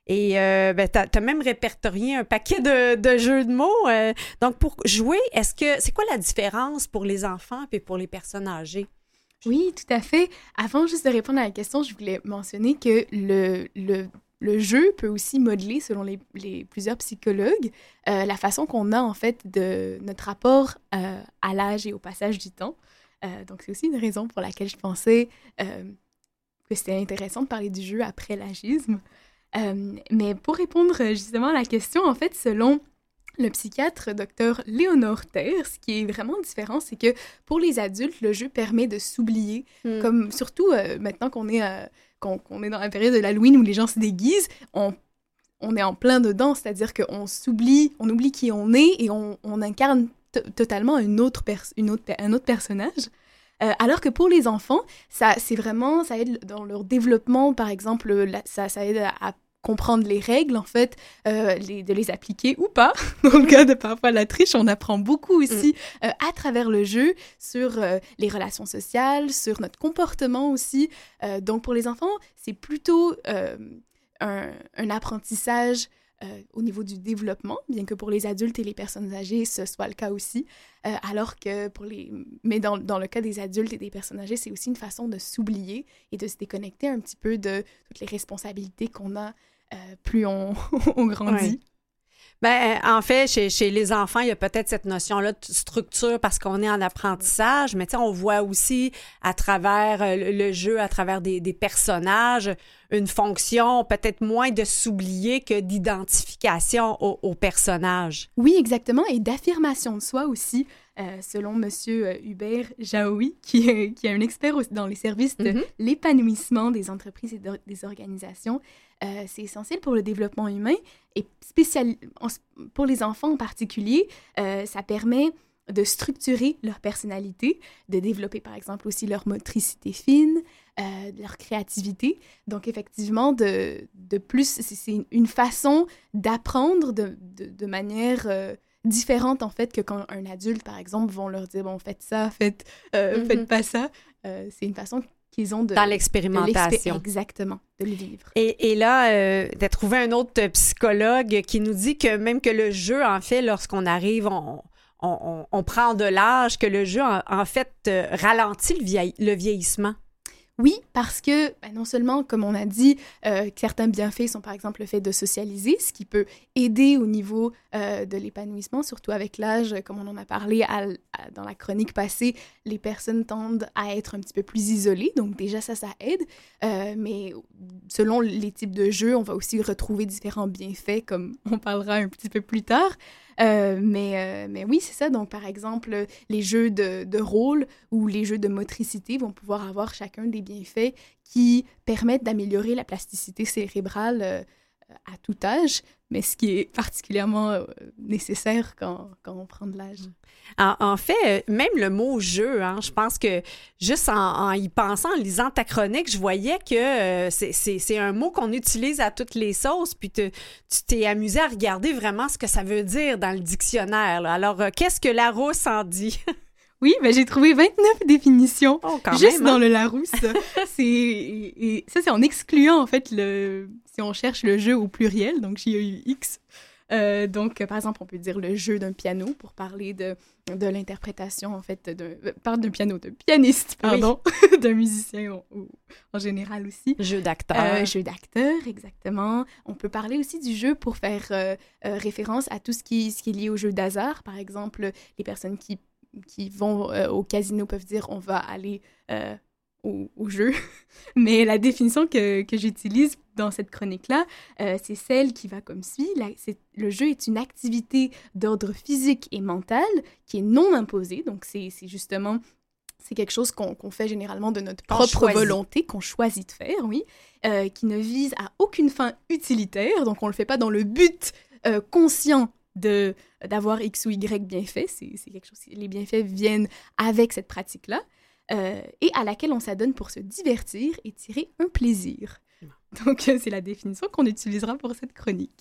Et euh, ben, tu as même répertorié un paquet de, de jeux de mots. Euh, donc, pour jouer, est-ce que c'est quoi la différence pour les enfants et pour les personnes âgées? Oui, tout à fait. Avant juste de répondre à la question, je voulais mentionner que le, le, le jeu peut aussi modeler, selon les, les plusieurs psychologues, euh, la façon qu'on a en fait de notre rapport euh, à l'âge et au passage du temps. Euh, donc, c'est aussi une raison pour laquelle je pensais euh, que c'était intéressant de parler du jeu après l'agisme. Euh, mais pour répondre justement à la question, en fait, selon le psychiatre Dr Léonore Terre, ce qui est vraiment différent, c'est que pour les adultes, le jeu permet de s'oublier, mm. comme surtout euh, maintenant qu'on est, euh, qu'on, qu'on est dans la période de l'Halloween où les gens se déguisent, on, on est en plein dedans, c'est-à-dire qu'on s'oublie, on oublie qui on est et on, on incarne t- totalement une autre pers- une autre, un autre personnage. Euh, alors que pour les enfants, ça, c'est vraiment, ça aide dans leur développement, par exemple, la, ça, ça aide à, à comprendre les règles, en fait, euh, les, de les appliquer ou pas. Dans le cas de parfois la triche, on apprend beaucoup aussi mm. euh, à travers le jeu sur euh, les relations sociales, sur notre comportement aussi. Euh, donc, pour les enfants, c'est plutôt euh, un, un apprentissage euh, au niveau du développement, bien que pour les adultes et les personnes âgées, ce soit le cas aussi. Euh, alors que pour les... Mais dans, dans le cas des adultes et des personnes âgées, c'est aussi une façon de s'oublier et de se déconnecter un petit peu de toutes les responsabilités qu'on a Euh, plus on, on grandit. Ouais. Ben, en fait, chez, chez les enfants, il y a peut-être cette notion-là de structure parce qu'on est en apprentissage, mais on voit aussi à travers le, le jeu, à travers des, des personnages, une fonction peut-être moins de s'oublier que d'identification au, au personnage. Oui, exactement, et d'affirmation de soi aussi, euh, selon M. Hubert Jaoui, qui est, qui est un expert aussi dans les services de mm-hmm. l'épanouissement des entreprises et de, des organisations. Euh, c'est essentiel pour le développement humain et spécial... pour les enfants en particulier, euh, ça permet de structurer leur personnalité, de développer par exemple aussi leur motricité fine, euh, leur créativité. Donc effectivement, de, de plus, c'est, c'est une façon d'apprendre de, de, de manière euh, différente en fait que quand un adulte par exemple vont leur dire bon faites ça, faites, euh, mm-hmm. faites pas ça. Euh, c'est une façon qu'ils ont de... Dans l'expérimentation. De exactement, de le vivre. Et, et là, euh, de trouver un autre psychologue qui nous dit que même que le jeu, en fait, lorsqu'on arrive, on, on, on, on prend de l'âge, que le jeu, en, en fait, euh, ralentit le, vieil, le vieillissement. Oui, parce que ben, non seulement, comme on a dit, euh, certains bienfaits sont par exemple le fait de socialiser, ce qui peut aider au niveau euh, de l'épanouissement, surtout avec l'âge, comme on en a parlé à, à, dans la chronique passée, les personnes tendent à être un petit peu plus isolées, donc déjà ça, ça aide. Euh, mais selon les types de jeux, on va aussi retrouver différents bienfaits, comme on parlera un petit peu plus tard. Euh, mais, euh, mais oui, c'est ça. Donc, par exemple, les jeux de, de rôle ou les jeux de motricité vont pouvoir avoir chacun des bienfaits qui permettent d'améliorer la plasticité cérébrale euh, à tout âge, mais ce qui est particulièrement euh, nécessaire quand, quand on prend de l'âge. En, en fait, même le mot « jeu hein, », je pense que juste en, en y pensant, en lisant ta chronique, je voyais que euh, c'est, c'est, c'est un mot qu'on utilise à toutes les sauces, puis te, tu t'es amusé à regarder vraiment ce que ça veut dire dans le dictionnaire. Là. Alors, euh, qu'est-ce que Larousse en dit? Oui, ben j'ai trouvé vingt-neuf définitions oh, quand juste même, dans hein? le Larousse. c'est, et, et ça, c'est en excluant, en fait, le, si on cherche le jeu au pluriel, donc J E U X. Euh, donc, euh, par exemple, on peut dire le jeu d'un piano pour parler de, de l'interprétation, en fait, de, euh, parle d'un piano, de pianiste, pardon, oui. d'un musicien ou, ou, en général aussi. Jeu d'acteur. Euh, jeu d'acteur, exactement. On peut parler aussi du jeu pour faire euh, euh, référence à tout ce qui, ce qui est lié au jeu d'hasard. Par exemple, les personnes qui qui vont euh, au casino peuvent dire on va aller euh, au, au jeu. Mais la définition que, que j'utilise dans cette chronique-là, euh, c'est celle qui va comme suit. La, c'est, le jeu est une activité d'ordre physique et mental qui est non imposée. Donc, c'est, c'est justement... C'est quelque chose qu'on, qu'on fait généralement de notre propre choisit. volonté, qu'on choisit de faire, oui, euh, qui ne vise à aucune fin utilitaire. Donc, on ne le fait pas dans le but euh, conscient de, d'avoir X ou Y bienfaits. C'est, c'est quelque chose, les bienfaits viennent avec cette pratique-là, euh, et à laquelle on s'adonne pour se divertir et tirer un plaisir. Donc, c'est la définition qu'on utilisera pour cette chronique.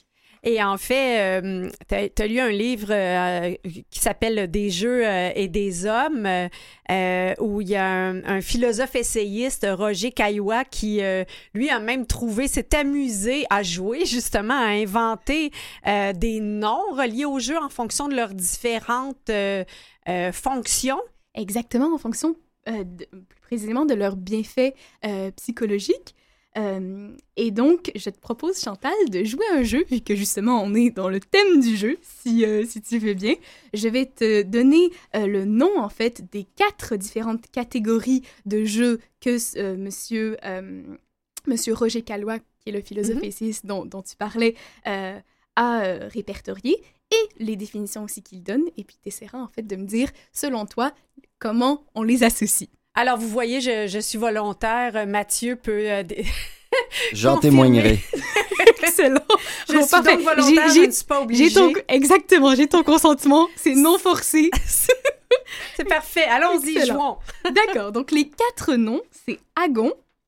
Et en fait, euh, tu as lu un livre euh, qui s'appelle « Des jeux euh, et des hommes euh, », euh, où il y a un, un philosophe essayiste, Roger Caillois, qui, euh, lui, a même trouvé, s'est amusé à jouer, justement, à inventer euh, des noms reliés aux jeux en fonction de leurs différentes euh, euh, fonctions. Exactement, en fonction, euh, de, plus précisément, de leurs bienfaits euh, psychologiques. Euh, et donc, je te propose, Chantal, de jouer à un jeu, vu que justement, on est dans le thème du jeu, si, euh, si tu veux bien. Je vais te donner euh, le nom, en fait, des quatre différentes catégories de jeux que euh, monsieur, euh, monsieur Roger Caillois, qui est le philosophe mm-hmm. essayiste dont, dont tu parlais, euh, a euh, répertorié, et les définitions aussi qu'il donne. Et puis, tu essaieras, en fait, de me dire, selon toi, comment on les associe. Alors, vous voyez, je, je suis volontaire. Mathieu peut... Euh, d- J'en témoignerai. Excellent. Je bon, suis parfait. donc volontaire, j'ai, je ne suis pas obligée. J'ai ton, exactement, j'ai ton consentement. C'est non forcé. C'est parfait. Allons-y, Excellent. Jouons. D'accord. Donc, les quatre noms, c'est Agon,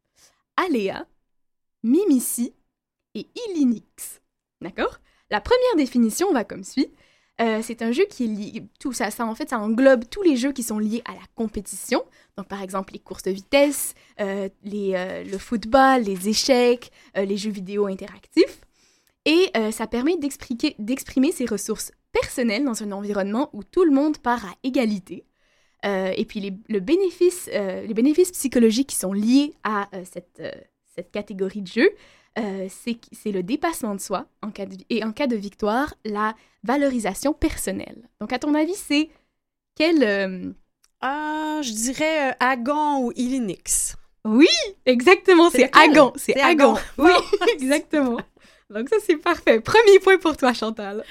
Aléa, Mimici et Illinix. D'accord? La première définition va comme suit. Euh, c'est un jeu qui est lié, tout ça, ça, en fait, ça englobe tous les jeux qui sont liés à la compétition. Donc, par exemple, les courses de vitesse, euh, les, euh, le football, les échecs, euh, les jeux vidéo interactifs. Et euh, ça permet d'expliquer, d'exprimer ses ressources personnelles dans un environnement où tout le monde part à égalité. Euh, et puis, les, le bénéfice, euh, les bénéfices psychologiques qui sont liés à euh, cette, euh, cette catégorie de jeu, Euh, c'est, c'est le dépassement de soi en cas de, et en cas de victoire, la valorisation personnelle. Donc, à ton avis, c'est quel... Euh... Ah, je dirais euh, Agon ou Illinix. Oui, exactement, c'est, c'est Agon. C'est, c'est Agon. Agon. Oui, exactement. Donc, ça, c'est parfait. Premier point pour toi, Chantal.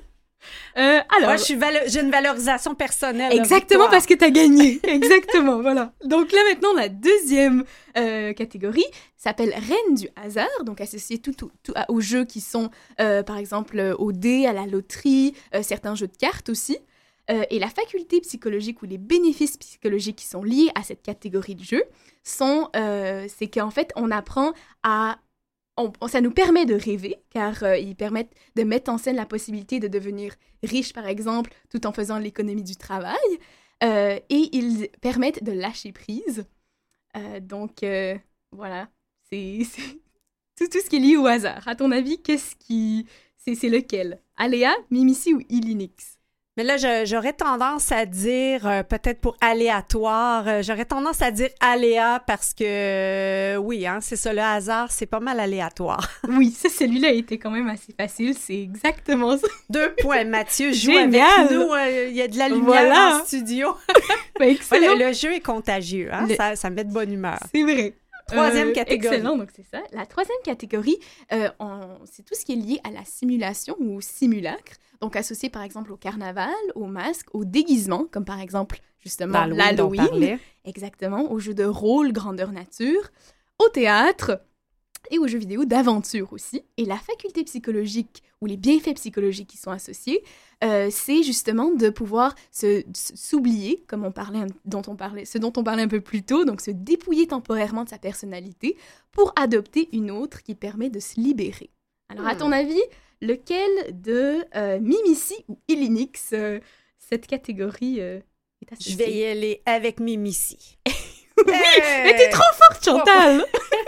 Euh, alors, Moi, je suis valo- j'ai une valorisation personnelle. Exactement, parce que tu as gagné. Exactement, voilà. Donc là, maintenant, la deuxième euh, catégorie s'appelle Reine du hasard, donc associée tout, tout, tout à, aux jeux qui sont, euh, par exemple, au dé, à la loterie, euh, certains jeux de cartes aussi. Euh, et la faculté psychologique ou les bénéfices psychologiques qui sont liés à cette catégorie de jeux sont, euh, c'est qu'en fait, on apprend à On, ça nous permet de rêver, car euh, ils permettent de mettre en scène la possibilité de devenir riche, par exemple, tout en faisant l'économie du travail. Euh, et ils permettent de lâcher prise. Euh, donc, euh, voilà, c'est, c'est tout, tout ce qui est lié au hasard. À ton avis, qu'est-ce qui... C'est, c'est lequel? Aléa, Mimici ou Illinix? Mais là, je, j'aurais tendance à dire, euh, peut-être pour aléatoire, euh, j'aurais tendance à dire aléa parce que, euh, oui, hein, c'est ça, le hasard, c'est pas mal aléatoire. Oui, ça, celui-là a été quand même assez facile, c'est exactement ça. Deux points, Mathieu joue Génial. Avec nous, euh, il y a de la lumière Voilà. en studio. Ben, excellent. Ouais, le, le jeu est contagieux, hein, le... ça, ça me met de bonne humeur. C'est vrai. Troisième euh, catégorie. Excellent, donc c'est ça. La troisième catégorie, euh, on, c'est tout ce qui est lié à la simulation ou au simulacre. Donc, associé par exemple au carnaval, au masque, au déguisement, comme par exemple, justement, L'Halloween. l'Halloween. Exactement, aux jeux de rôle, grandeur nature, au théâtre et aux jeux vidéo d'aventure aussi. Et la faculté psychologique ou les bienfaits psychologiques qui sont associés, euh, c'est justement de pouvoir se, se, s'oublier, comme on parlait, dont on parlait, ce dont on parlait un peu plus tôt, donc se dépouiller temporairement de sa personnalité pour adopter une autre qui permet de se libérer. Alors, à ton avis, lequel de euh, Mimici ou Illinix, euh, cette catégorie euh, est associée? Je vais y aller avec Mimici. Oui, hey! Mais t'es trop forte, Chantal!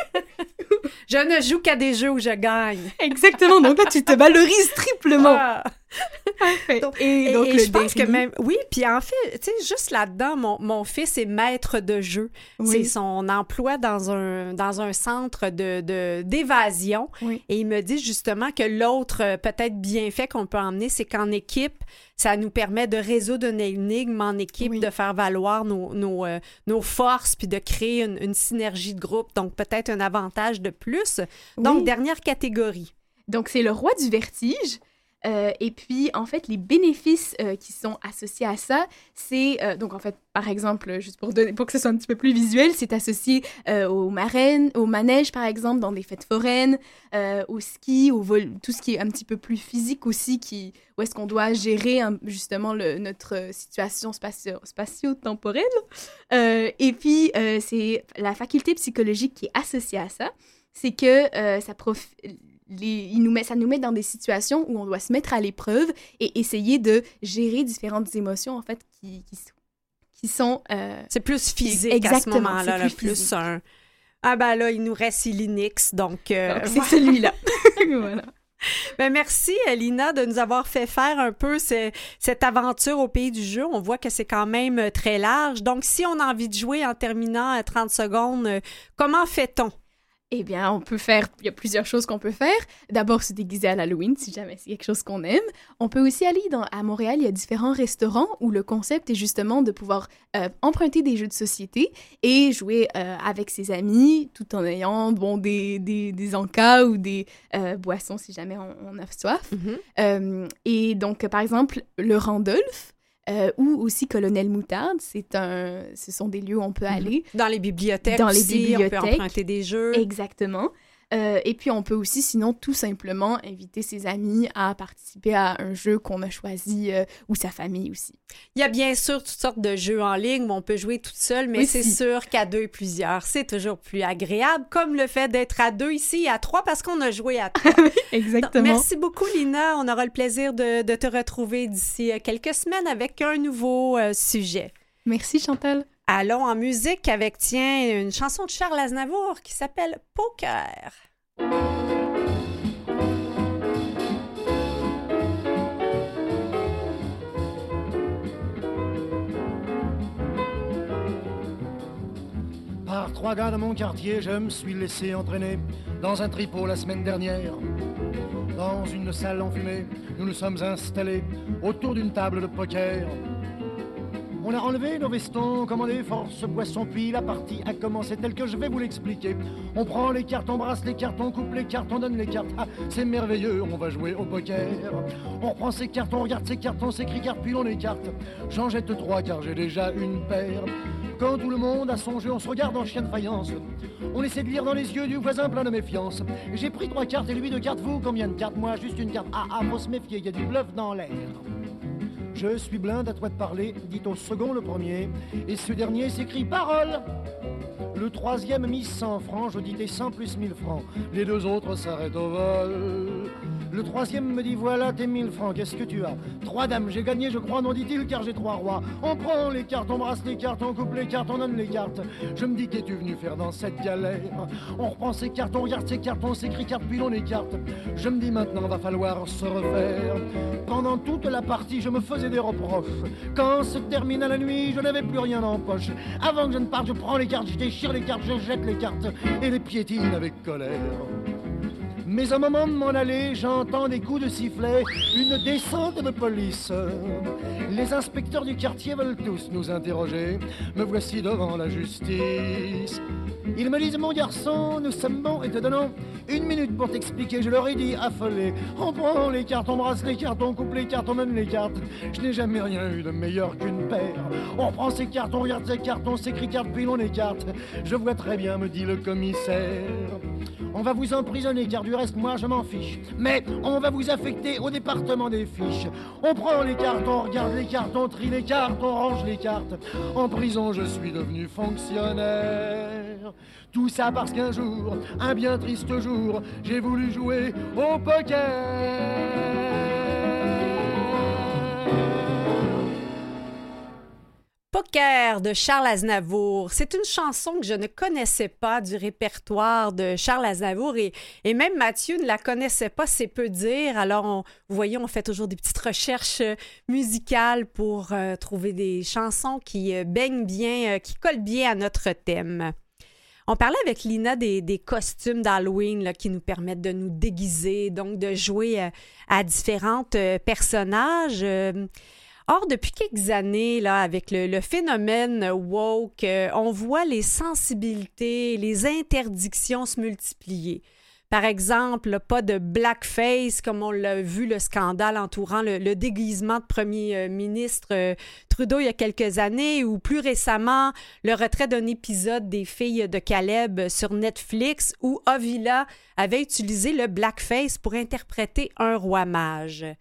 Je ne joue qu'à des jeux où je gagne. Exactement, donc là, tu te valorises triplement. Ah. Parfait. Donc, et, et donc, et le je pense dernier... que même... Oui, puis en fait, tu sais, juste là-dedans, mon, mon fils est maître de jeu. Oui. C'est son emploi dans un, dans un centre de, de, d'évasion. Oui. Et il me dit justement que l'autre, peut-être bienfait qu'on peut emmener, c'est qu'en équipe, ça nous permet de résoudre une énigme en équipe, oui. de faire valoir nos, nos, euh, nos forces, puis de créer une, une synergie de groupe. Donc, peut-être un avantage de plus. Donc, oui. Dernière catégorie. Donc, c'est le roi du vertige. Euh, et puis, en fait, les bénéfices euh, qui sont associés à ça, c'est... Euh, donc, en fait, par exemple, juste pour, donner, pour que ce soit un petit peu plus visuel, c'est associé euh, aux marraines, au manège, par exemple, dans des fêtes foraines, euh, au ski, au vol, tout ce qui est un petit peu plus physique aussi, qui, où est-ce qu'on doit gérer hein, justement le, notre situation spatio, spatio-temporelle. Euh, et puis, euh, c'est la faculté psychologique qui est associée à ça, c'est que euh, ça prof... les, il nous met, ça nous met dans des situations où on doit se mettre à l'épreuve et essayer de gérer différentes émotions, en fait, qui, qui, qui sont... Euh, c'est plus physique exactement, à ce moment-là, c'est là, plus, plus un... Ah ben là, il nous reste Ilinix, donc... Euh, donc c'est celui-là. Voilà. Ben merci, Lina, de nous avoir fait faire un peu ce, cette aventure au pays du jeu. On voit que c'est quand même très large. Donc, si on a envie de jouer en terminant à trente secondes, comment fait-on? Eh bien, on peut faire... Il y a plusieurs choses qu'on peut faire. D'abord, se déguiser à l'Halloween, si jamais c'est quelque chose qu'on aime. On peut aussi aller dans... À Montréal, il y a différents restaurants où le concept est justement de pouvoir euh, emprunter des jeux de société et jouer euh, avec ses amis, tout en ayant, bon, des, des, des encas ou des euh, boissons, si jamais on, on a soif. Mm-hmm. Euh, et donc, par exemple, le Randolph, Euh, ou aussi Colonel Moutarde, c'est un, ce sont des lieux où on peut aller. Dans les bibliothèques Dans aussi, les bibliothèques. on peut emprunter des jeux. Exactement. Euh, et puis, on peut aussi, sinon, tout simplement inviter ses amis à participer à un jeu qu'on a choisi euh, ou sa famille aussi. Il y a bien sûr toutes sortes de jeux en ligne où on peut jouer toute seule, mais oui, c'est si. sûr qu'à deux et plusieurs, c'est toujours plus agréable, comme le fait d'être à deux ici et à trois parce qu'on a joué à trois. Exactement. Donc, merci beaucoup, Lina. On aura le plaisir de, de te retrouver d'ici quelques semaines avec un nouveau euh, sujet. Merci, Chantal. Allons en musique avec, tiens, une chanson de Charles Aznavour qui s'appelle Poker. Par trois gars de mon quartier, je me suis laissé entraîner dans un tripot la semaine dernière. Dans une salle enfumée, nous nous sommes installés autour d'une table de poker. On a enlevé nos vestons, commandé force boisson, puis la partie a commencé telle que je vais vous l'expliquer. On prend les cartes, on brasse les cartes, on coupe les cartes, on donne les cartes. Ah, c'est merveilleux, on va jouer au poker. On reprend ses cartes, on regarde ses cartes, on s'écrit cartes, puis on écarte. J'en jette trois car j'ai déjà une paire. Quand tout le monde a son jeu, on se regarde en chien de faïence. On essaie de lire dans les yeux du voisin plein de méfiance. J'ai pris trois cartes et lui deux cartes, vous combien de cartes? Moi juste une carte. Ah ah, faut se méfier, il y a du bluff dans l'air. Je suis blinde, à toi de parler, dit au second le premier, et ce dernier s'écrie parole. Le troisième mise cent francs, je dis tes cent plus mille francs, les deux autres s'arrêtent au vol. Le troisième me dit voilà tes mille francs, qu'est-ce que tu as? Trois dames, j'ai gagné je crois, non dit-il, car j'ai trois rois. On prend les cartes, on brasse les cartes, on coupe les cartes, on donne les cartes. Je me dis qu'es-tu venu faire dans cette galère? On reprend ses cartes, on regarde ses cartes, on s'écrit cartes, puis on écarte. Je me dis maintenant va falloir se refaire. Pendant toute la partie je me faisais des reproches. Quand se termina la nuit, je n'avais plus rien en poche. Avant que je ne parte, je prends les cartes, je déchire les cartes, je jette les cartes et les piétine avec colère. Mais au moment de m'en aller, j'entends des coups de sifflet, une descente de police. Les inspecteurs du quartier veulent tous nous interroger. Me voici devant la justice. Ils me disent, mon garçon, nous sommes bons et te donnons une minute pour t'expliquer. Je leur ai dit, affolé, on prend les cartes, on brasse les cartes, on coupe les cartes, on donne les cartes. Je n'ai jamais rien eu de meilleur qu'une paire. On prend ces cartes, on regarde ces cartes, on s'écrit cartes, puis on écarte. Je vois très bien, me dit le commissaire. On va vous emprisonner car du reste moi je m'en fiche. Mais on va vous affecter au département des fiches. On prend les cartes, on regarde les cartes, on trie les cartes, on range les cartes. En prison je suis devenu fonctionnaire. Tout ça parce qu'un jour, un bien triste jour, j'ai voulu jouer au poker. Poker de Charles Aznavour. C'est une chanson que je ne connaissais pas du répertoire de Charles Aznavour et, et même Mathieu ne la connaissait pas, c'est peu dire. Alors, on, vous voyez, on fait toujours des petites recherches musicales pour euh, trouver des chansons qui euh, baignent bien, euh, qui collent bien à notre thème. On parlait avec Lina des, des costumes d'Halloween là, qui nous permettent de nous déguiser, donc de jouer euh, à différents euh, personnages. Euh, Or, depuis quelques années, là, avec le, le phénomène woke, euh, on voit les sensibilités, les interdictions se multiplier. Par exemple, pas de blackface, comme on l'a vu, le scandale entourant le, le déguisement de premier ministre euh, Trudeau il y a quelques années, ou plus récemment, le retrait d'un épisode des Filles de Caleb sur Netflix, où Ovila avait utilisé le blackface pour interpréter un roi mage.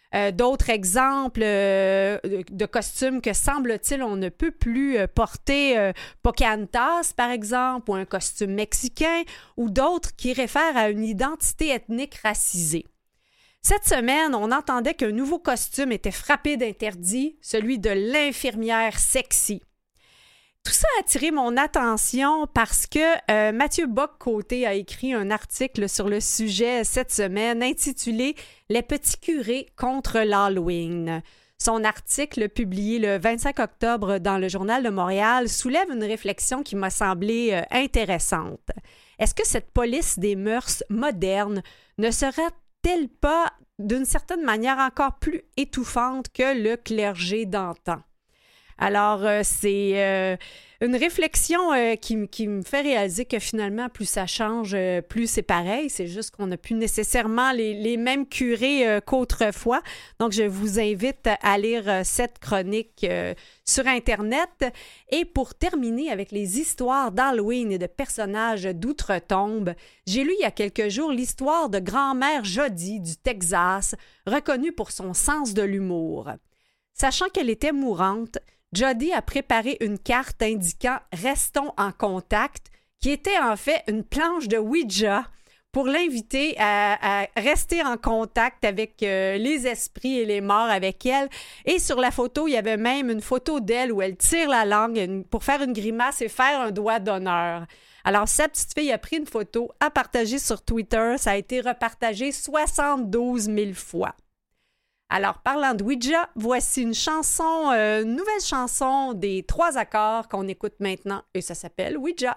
Euh, d'autres exemples euh, de, de costumes que, semble-t-il, on ne peut plus euh, porter. Euh, Pocahontas, par exemple, ou un costume mexicain, ou d'autres qui réfèrent à une identité ethnique racisée. Cette semaine, on entendait qu'un nouveau costume était frappé d'interdit, celui de l'infirmière sexy. Tout ça a attiré mon attention parce que euh, Mathieu Bock-Côté a écrit un article sur le sujet cette semaine intitulé « Les petits curés contre l'Halloween ». Son article, publié le vingt-cinq octobre dans le Journal de Montréal, soulève une réflexion qui m'a semblé euh, intéressante. Est-ce que cette police des mœurs modernes ne serait-elle pas, d'une certaine manière, encore plus étouffante que le clergé d'antan? Alors, euh, c'est euh, une réflexion euh, qui, qui me fait réaliser que finalement, plus ça change, euh, plus c'est pareil. C'est juste qu'on n'a plus nécessairement les, les mêmes curés euh, qu'autrefois. Donc, je vous invite à lire euh, cette chronique euh, sur Internet. Et pour terminer avec les histoires d'Halloween et de personnages d'outre-tombe, j'ai lu il y a quelques jours l'histoire de grand-mère Jody du Texas, reconnue pour son sens de l'humour. Sachant qu'elle était mourante, Jody a préparé une carte indiquant « Restons en contact », qui était en fait une planche de Ouija pour l'inviter à, à rester en contact avec euh, les esprits et les morts avec elle. Et sur la photo, il y avait même une photo d'elle où elle tire la langue une, pour faire une grimace et faire un doigt d'honneur. Alors, sa petite fille a pris une photo, a partagé sur Twitter. Ça a été repartagé soixante-douze mille fois. Alors, parlant de Ouija, voici une chanson, euh, une nouvelle chanson des trois accords qu'on écoute maintenant et ça s'appelle Ouija.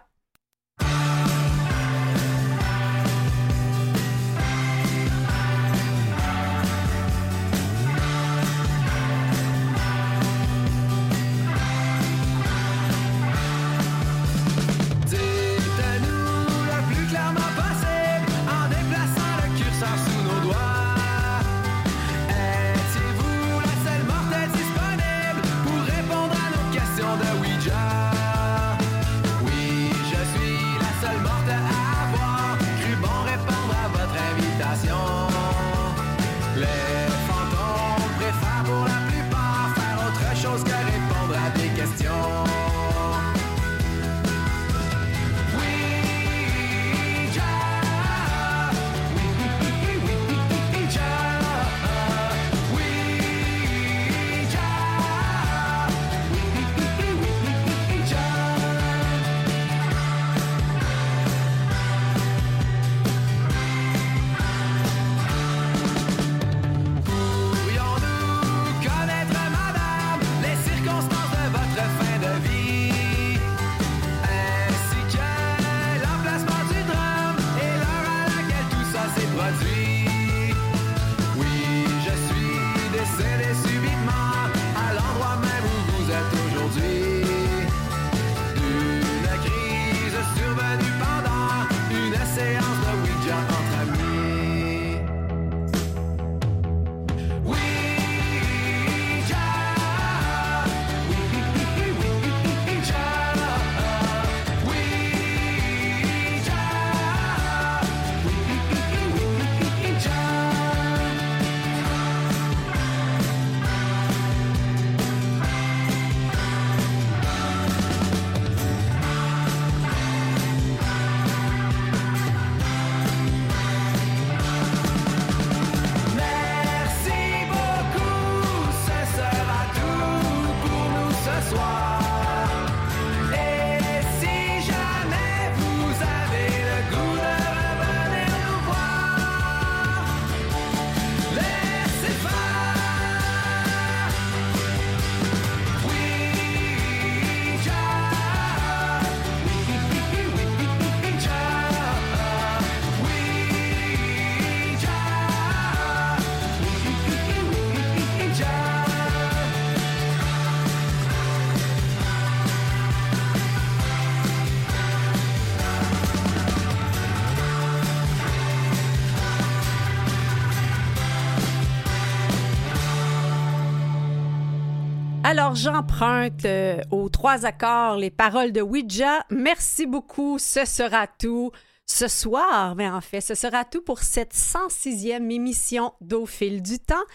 Alors, j'emprunte euh, aux trois accords les paroles de Ouija. Merci beaucoup, ce sera tout ce soir. Mais en fait, ce sera tout pour cette cent sixième émission d'Au fil du temps.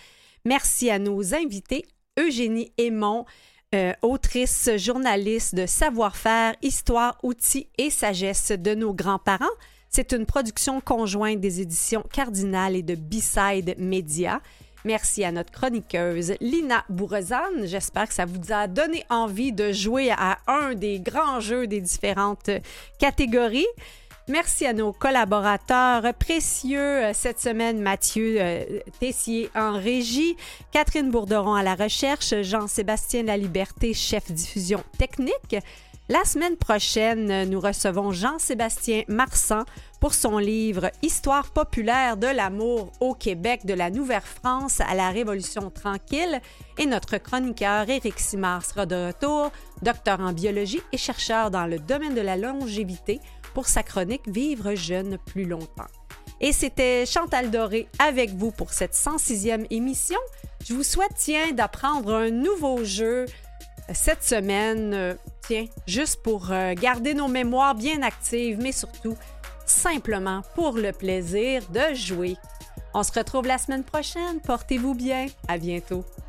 Merci à nos invités, Eugénie Aymon, euh, autrice, journaliste de Savoir-faire, Histoire, outils et sagesse de nos grands-parents. C'est une production conjointe des éditions Cardinal et de B-Side Media. Merci à notre chroniqueuse Lina Bourezane. J'espère que ça vous a donné envie de jouer à un des grands jeux des différentes catégories. Merci à nos collaborateurs précieux cette semaine, Mathieu euh, Tessier en régie, Catherine Bourderon à la recherche, Jean-Sébastien Laliberté, chef diffusion technique. La semaine prochaine, nous recevons Jean-Sébastien Marsan pour son livre « Histoire populaire de l'amour au Québec, de la Nouvelle-France à la Révolution tranquille » et notre chroniqueur Éric Simard sera de retour, docteur en biologie et chercheur dans le domaine de la longévité pour sa chronique « Vivre jeune plus longtemps ». Et c'était Chantal Doré avec vous pour cette cent sixième émission. Je vous souhaite, tiens, d'apprendre un nouveau jeu cette semaine, euh, tiens, juste pour euh, garder nos mémoires bien actives, mais surtout, simplement pour le plaisir de jouer. On se retrouve la semaine prochaine. Portez-vous bien. À bientôt.